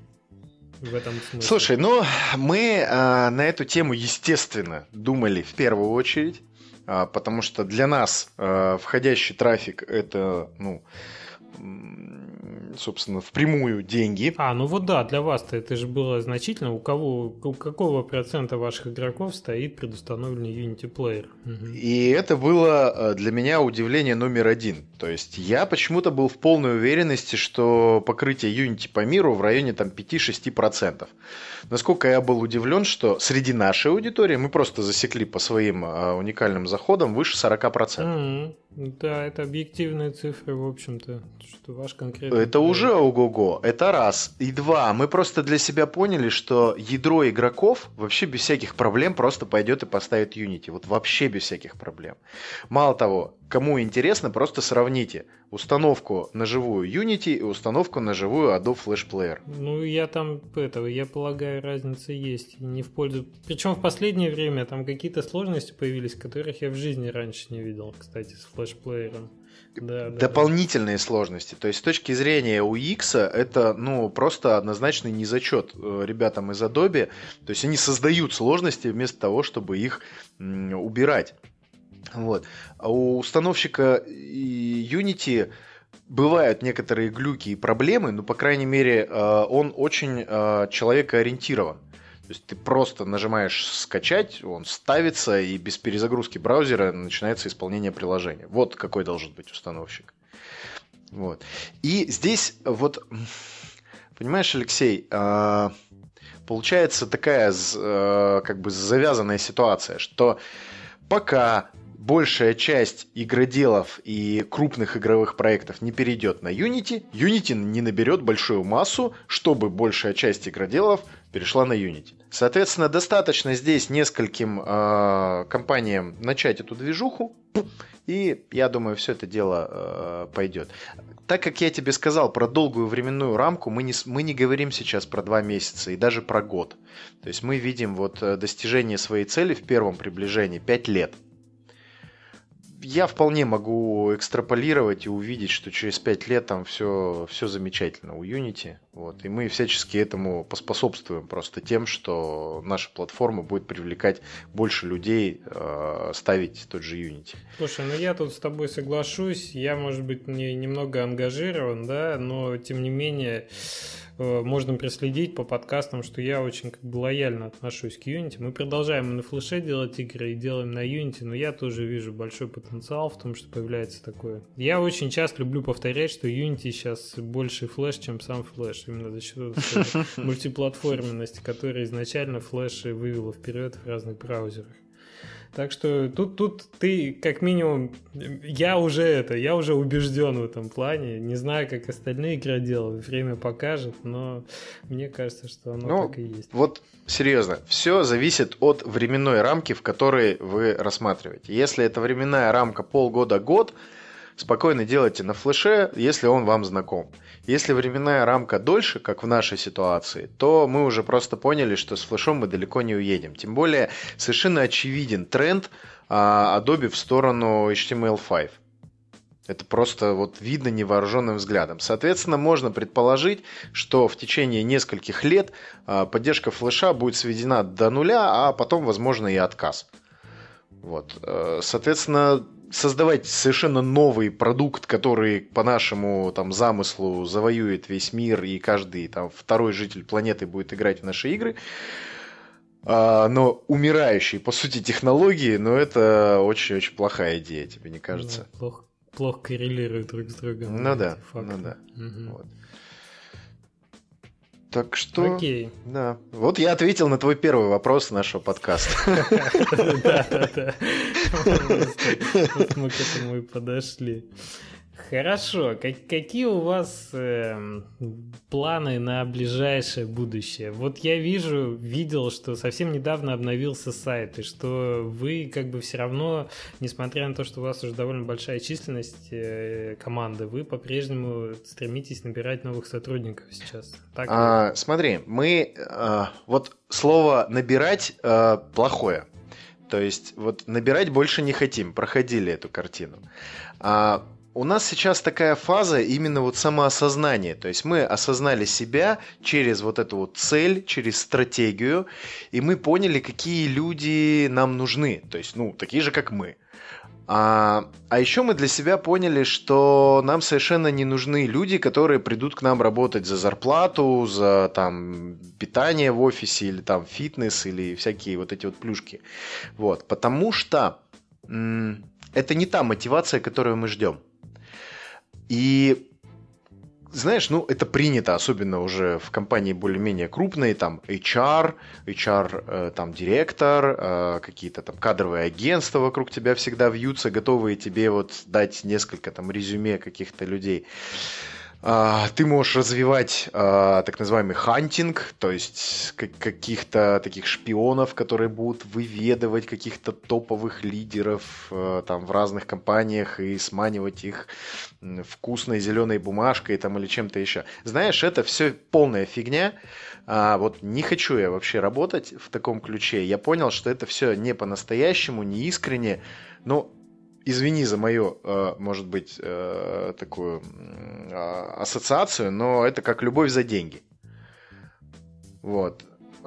В этом смысле. Слушай, ну мы а, на эту тему, естественно, думали в первую очередь, а, потому что для нас а, входящий трафик это, ну, собственно, впрямую деньги. А, ну вот да, для вас-то это же было значительно. У кого, у какого процента ваших игроков стоит предустановленный Unity Player? Угу. И это было для меня удивление номер один. То есть я почему-то был в полной уверенности, что покрытие Unity по миру в районе там пять-шесть процентов. Насколько я был удивлен, что среди нашей аудитории мы просто засекли по своим а, уникальным заходам выше сорок процентов. Mm-hmm. Да, это объективные цифры, в общем-то. Что ваш конкретный... Это уже ого-го. Это раз. И два. Мы просто для себя поняли, что ядро игроков вообще без всяких проблем просто пойдет и поставит Unity. Вот вообще без всяких проблем. Мало того, кому интересно, просто сравните установку на живую Unity и установку на живую Adobe Flash Player. Ну, я там этого, я полагаю, разница есть. Не в пользу. Причем в последнее время там какие-то сложности появились, которых я в жизни раньше не видел, кстати, с флешплеером. Да, дополнительные да. сложности. То есть с точки зрения ю экс это ну, просто однозначный незачет ребятам из Adobe. То есть они создают сложности вместо того, чтобы их м, убирать. Вот. А у установщика Unity бывают некоторые глюки и проблемы, но, по крайней мере, он очень человекоориентирован. То есть ты просто нажимаешь «скачать», он ставится, и без перезагрузки браузера начинается исполнение приложения. Вот какой должен быть установщик. Вот. И здесь вот, понимаешь, Алексей, получается такая как бы завязанная ситуация, что пока большая часть игроделов и крупных игровых проектов не перейдет на Unity, Unity не наберет большую массу, чтобы большая часть игроделов перешла на Unity. Соответственно, достаточно здесь нескольким э, компаниям начать эту движуху, и я думаю, все это дело э, пойдет. Так как я тебе сказал про долгую временную рамку, мы не, мы не говорим сейчас про два месяца и даже про год. То есть мы видим вот достижение своей цели в первом приближении пять лет. Я вполне могу экстраполировать и увидеть, что через пять лет там все, все замечательно у Unity. Вот. И мы всячески этому поспособствуем просто тем, что наша платформа будет привлекать больше людей э, ставить тот же Unity. Слушай, ну я тут с тобой соглашусь. Я, может быть, не, немного ангажирован, да, но тем не менее можно проследить по подкастам, что я очень как бы лояльно отношусь к Unity. Мы продолжаем на флеше делать игры и делаем на Unity, но я тоже вижу большой потенциал в том, что появляется такое. Я очень часто люблю повторять, что Unity сейчас больше флеш, чем сам флеш. Именно за счет мультиплатформенности, которая изначально флеш вывела вперед в разных браузерах. Так что тут, тут ты, как минимум, я уже это, я уже убежден в этом плане. Не знаю, как остальные игроделы, время покажет, но мне кажется, что оно ну, так и есть. Вот серьезно, все зависит от временной рамки, в которой вы рассматриваете. Если это временная рамка полгода-год, спокойно делайте на флеше, если он вам знаком. Если временная рамка дольше, как в нашей ситуации, то мы уже просто поняли, что с флешом мы далеко не уедем. Тем более совершенно очевиден тренд а, Adobe в сторону эйч ти эм эл пять. Это просто вот видно невооруженным взглядом. Соответственно, можно предположить, что в течение нескольких лет а, поддержка флеша будет сведена до нуля, а потом, возможно, и отказ. Вот. Соответственно, создавать совершенно новый продукт, который по нашему там замыслу завоюет весь мир, и каждый там второй житель планеты будет играть в наши игры, но умирающие, по сути, технологии, но это очень-очень плохая идея, тебе не кажется? Да, плохо, плохо коррелируют друг с другом. Ну да, ну да. Угу. Вот. Так что... Окей. Да. Вот я ответил на твой первый вопрос нашего подкаста. Да-да-да. Вот мы к этому и подошли. Хорошо. Какие у вас планы на ближайшее будущее? Вот я вижу, видел, что совсем недавно обновился сайт, и что вы как бы все равно, несмотря на то, что у вас уже довольно большая численность команды, вы по-прежнему стремитесь набирать новых сотрудников сейчас. Так а, смотри, мы... А, вот слово «набирать» а, плохое. То есть вот набирать больше не хотим. Проходили эту картину. А, у нас сейчас такая фаза именно вот самоосознания. То есть мы осознали себя через вот эту вот цель, через стратегию, и мы поняли, какие люди нам нужны. То есть, ну, такие же, как мы. А, а еще мы для себя поняли, что нам совершенно не нужны люди, которые придут к нам работать за зарплату, за там питание в офисе, или там фитнес, или всякие вот эти вот плюшки. Вот. Потому что м- это не та мотивация, которую мы ждем. И знаешь, ну, это принято, особенно уже в компании более-менее крупные, там, эйч ар, эйч ар, э, там, директор, э, какие-то там кадровые агентства вокруг тебя всегда вьются, готовые тебе вот дать несколько там резюме каких-то людей. Uh, ты можешь развивать uh, так называемый хантинг, то есть как- каких-то таких шпионов, которые будут выведывать каких-то топовых лидеров uh, там, в разных компаниях и сманивать их вкусной зеленой бумажкой там, или чем-то еще. Знаешь, это все полная фигня. Uh, вот не хочу я вообще работать в таком ключе. Я понял, что это все не по-настоящему, не искренне, но извини за мою, может быть, такую ассоциацию, но это как любовь за деньги. Вот.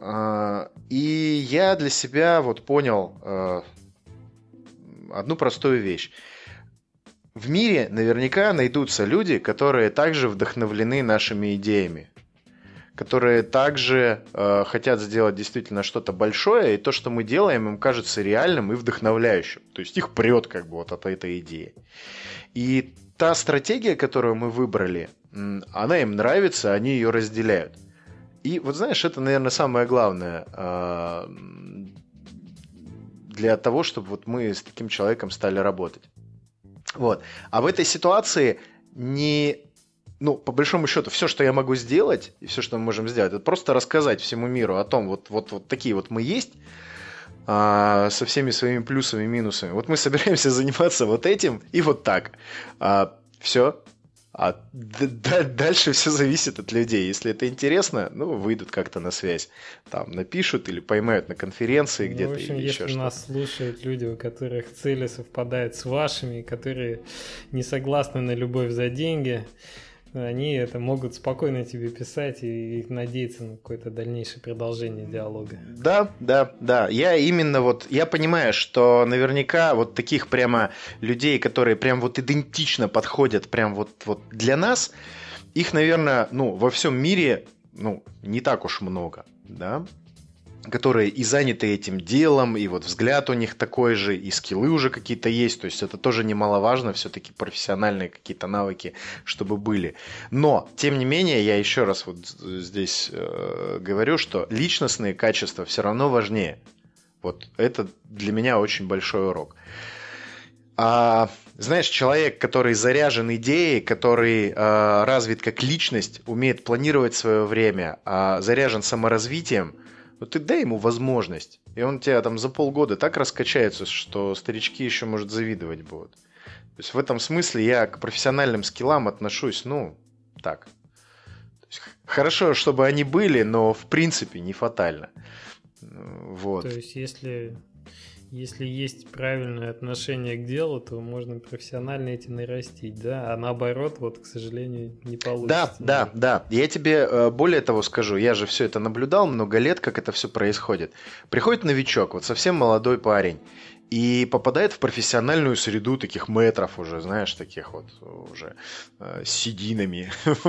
И я для себя вот понял одну простую вещь. В мире наверняка найдутся люди, которые также вдохновлены нашими идеями, которые также э, хотят сделать действительно что-то большое, и то, что мы делаем, им кажется реальным и вдохновляющим. То есть их прет как бы вот от этой идеи. И та стратегия, которую мы выбрали, она им нравится, они ее разделяют. И вот знаешь, это, наверное, самое главное э, для того, чтобы вот мы с таким человеком стали работать. Вот. А в этой ситуации не... Ну, по большому счету, все, что я могу сделать, и все, что мы можем сделать, это просто рассказать всему миру о том, вот, вот, вот такие вот мы есть, а, со всеми своими плюсами и минусами. Вот мы собираемся заниматься вот этим и вот так. А, все. А д- д- дальше все зависит от людей. Если это интересно, ну, выйдут как-то на связь. Там напишут или поймают на конференции ну, где-то. В общем, или если еще нас что-то. слушают люди, у которых цели совпадают с вашими, которые не согласны на любовь за деньги, они это могут спокойно тебе писать и надеяться на какое-то дальнейшее продолжение диалога. Да, да, да. Я именно вот, я понимаю, что наверняка вот таких прямо людей, которые прям вот идентично подходят прям вот, вот для нас, их, наверное, ну, во всем мире, ну, не так уж много, да, которые и заняты этим делом, и вот взгляд у них такой же, и скиллы уже какие-то есть, то есть это тоже немаловажно, все-таки профессиональные какие-то навыки, чтобы были. Но, тем не менее, я еще раз вот здесь э, говорю, что личностные качества все равно важнее. Вот это для меня очень большой урок. А, знаешь, человек, который заряжен идеей, который э, развит как личность, умеет планировать свое время, э, заряжен саморазвитием, ну, ты дай ему возможность, и он тебя там за полгода так раскачается, что старички еще, может, завидовать будут. То есть в этом смысле я к профессиональным скиллам отношусь, ну, так. То есть, хорошо, чтобы они были, но в принципе не фатально. Вот. То есть если... Если есть правильное отношение к делу, то можно профессионально этим нарастить, да? А наоборот, вот, к сожалению, не получится. Да, да, да. Я тебе более того скажу, я же все это наблюдал много лет, как это все происходит. Приходит новичок, вот совсем молодой парень, и попадает в профессиональную среду таких мэтров уже, знаешь, таких вот уже э, с сединами.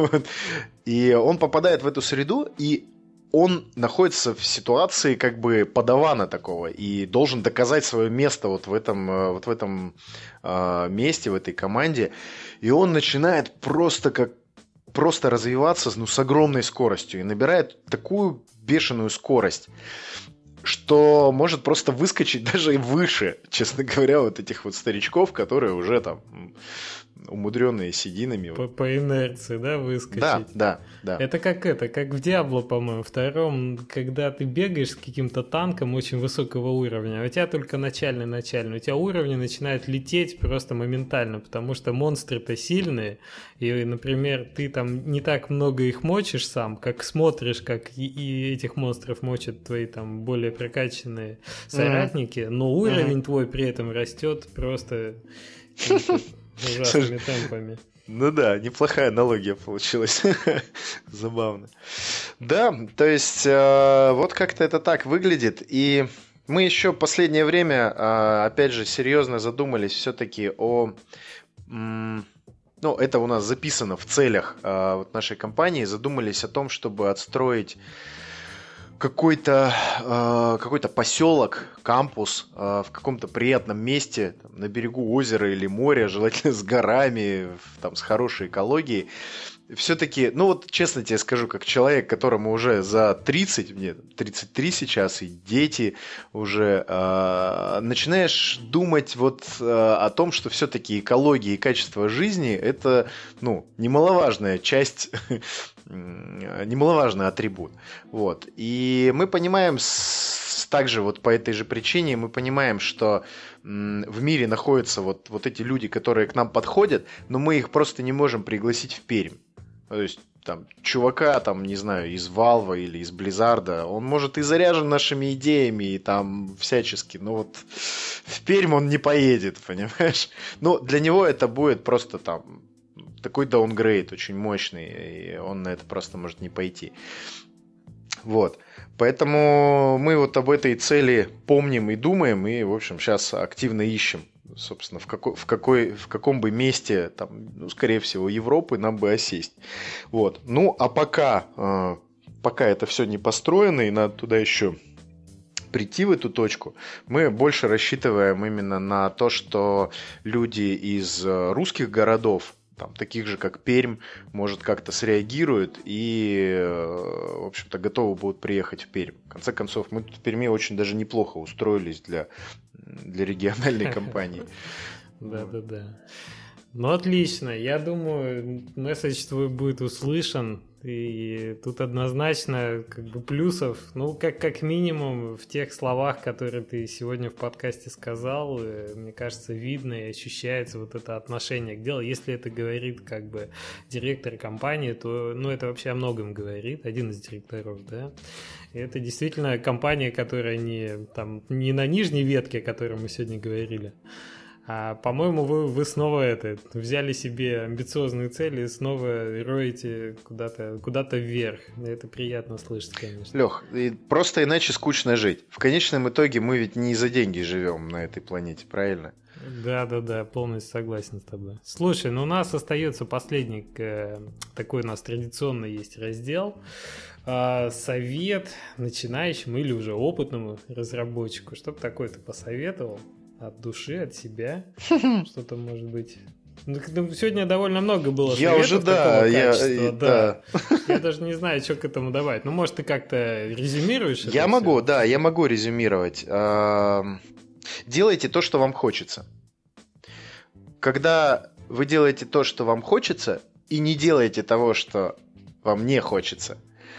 И он попадает в эту среду, и он находится в ситуации как бы подавана такого и должен доказать свое место вот в этом, вот в этом э, месте, в этой команде. И он начинает просто как просто развиваться, ну, с огромной скоростью и набирает такую бешеную скорость, что может просто выскочить даже и выше, честно говоря, вот этих вот старичков, которые уже там умудренные сединами. По, по инерции, да, выскочить? Да, да, да. Это как это, как в Диабло, по-моему, втором, когда ты бегаешь с каким-то танком очень высокого уровня, а у тебя только начальный-начальный, у тебя уровни начинают лететь просто моментально, потому что монстры-то сильные, и, например, ты там не так много их мочишь сам, как смотришь, как и, и этих монстров мочат твои там более прокачанные соратники, mm-hmm. но уровень mm-hmm. твой при этом растет просто... ужасными темпами. Ну да, неплохая аналогия получилась. Забавно. Да, то есть э, вот как-то это так выглядит. И мы еще в последнее время, э, опять же, серьезно задумались все-таки о... М- ну, это у нас записано в целях э, вот нашей компании. Задумались о том, чтобы отстроить какой-то, э, какой-то поселок, кампус э, в каком-то приятном месте, там, на берегу озера или моря, желательно с горами, там, с хорошей экологией. Все-таки, ну вот честно тебе скажу, как человек, которому уже за тридцать, мне тридцать три сейчас, и дети уже, э, начинаешь думать вот э, о том, что все-таки экология и качество жизни – это, ну, немаловажная часть, немаловажный атрибут. Вот. И мы понимаем, с, также вот по этой же причине, мы понимаем, что м, в мире находятся вот, вот эти люди, которые к нам подходят, но мы их просто не можем пригласить в Пермь. То есть, там, чувака, там, не знаю, из Valve или из Blizzard, он, может, и заряжен нашими идеями, и там всячески, но вот в Пермь он не поедет, понимаешь? Но для него это будет просто там такой даунгрейд очень мощный, и он на это просто может не пойти. Вот. Поэтому мы вот об этой цели помним и думаем, и, в общем, сейчас активно ищем, собственно, в, какой, в, какой, в каком бы месте, там, ну, скорее всего, Европы нам бы осесть. Вот. Ну, а пока, э, пока это все не построено, и надо туда еще прийти в эту точку, мы больше рассчитываем именно на то, что люди из русских городов там, таких же, как Пермь, может, как-то среагируют и, в общем-то, готовы будут приехать в Пермь. В конце концов, мы тут в Перми очень даже неплохо устроились для, для региональной компании. Да-да-да. Ну, отлично. Я думаю, месседж твой будет услышан. И тут однозначно как бы плюсов, ну, как, как минимум в тех словах, которые ты сегодня в подкасте сказал, мне кажется, видно и ощущается вот это отношение к делу. Если это говорит как бы директор компании, то, ну, это вообще о многом говорит, один из директоров, да. И это действительно компания, которая не, там, не на нижней ветке, о которой мы сегодня говорили. А, по-моему, вы, вы снова это, взяли себе амбициозные цели и снова роете куда-то, куда-то вверх. Это приятно слышать, конечно. Лех, просто иначе скучно жить. В конечном итоге мы ведь не за деньги живем на этой планете, правильно? Да-да-да, полностью согласен с тобой. Слушай, ну у нас остается последний, такой у нас традиционный есть раздел. Совет начинающему или уже опытному разработчику. Что бы такое ты посоветовал? От души, от себя, что-то может быть. Ну, сегодня довольно много было я уже, да, я, качества, да. да. Я даже не знаю, что к этому добавить. Ну, может, ты как-то резюмируешь? Я могу, все? Да, я могу резюмировать. Делайте то, что вам хочется. Когда вы делаете то, что вам хочется, и не делаете того, что вам не хочется,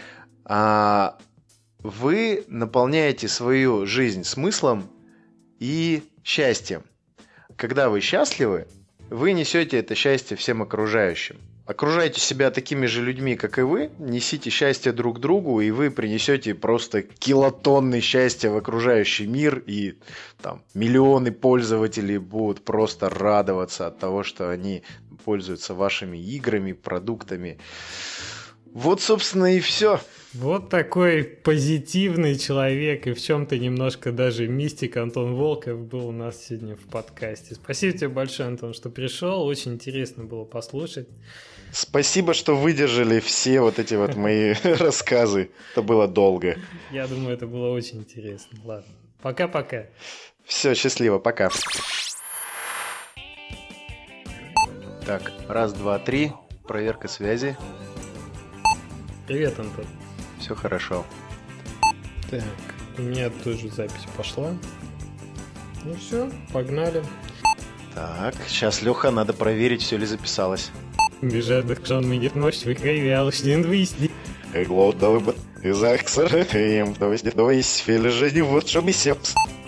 вы наполняете свою жизнь смыслом и счастьем. Когда вы счастливы, вы несете это счастье всем окружающим. Окружайте себя такими же людьми, как и вы, несите счастье друг другу, и вы принесете просто килотонны счастья в окружающий мир, и там миллионы пользователей будут просто радоваться от того, что они пользуются вашими играми, продуктами. Вот, собственно, и все. Вот такой позитивный человек и в чем-то немножко даже мистик Антон Волков был у нас сегодня в подкасте. Спасибо тебе большое, Антон, что пришел. Очень интересно было послушать. Спасибо, что выдержали все вот эти вот мои рассказы. Это было долго. Я думаю, это было очень интересно. Ладно, пока-пока. Все, счастливо, пока. Так, раз, два, три. Проверка связи. Привет, Антон. Все хорошо. Так, у меня тоже запись пошла. Ну все, погнали. Так, сейчас, Леха, надо проверить, все ли записалось. Бежать докшонный ночь выкривялась, не выясни. Глотовый из аксера, то есть, то есть, филижени, вот что мы сепс.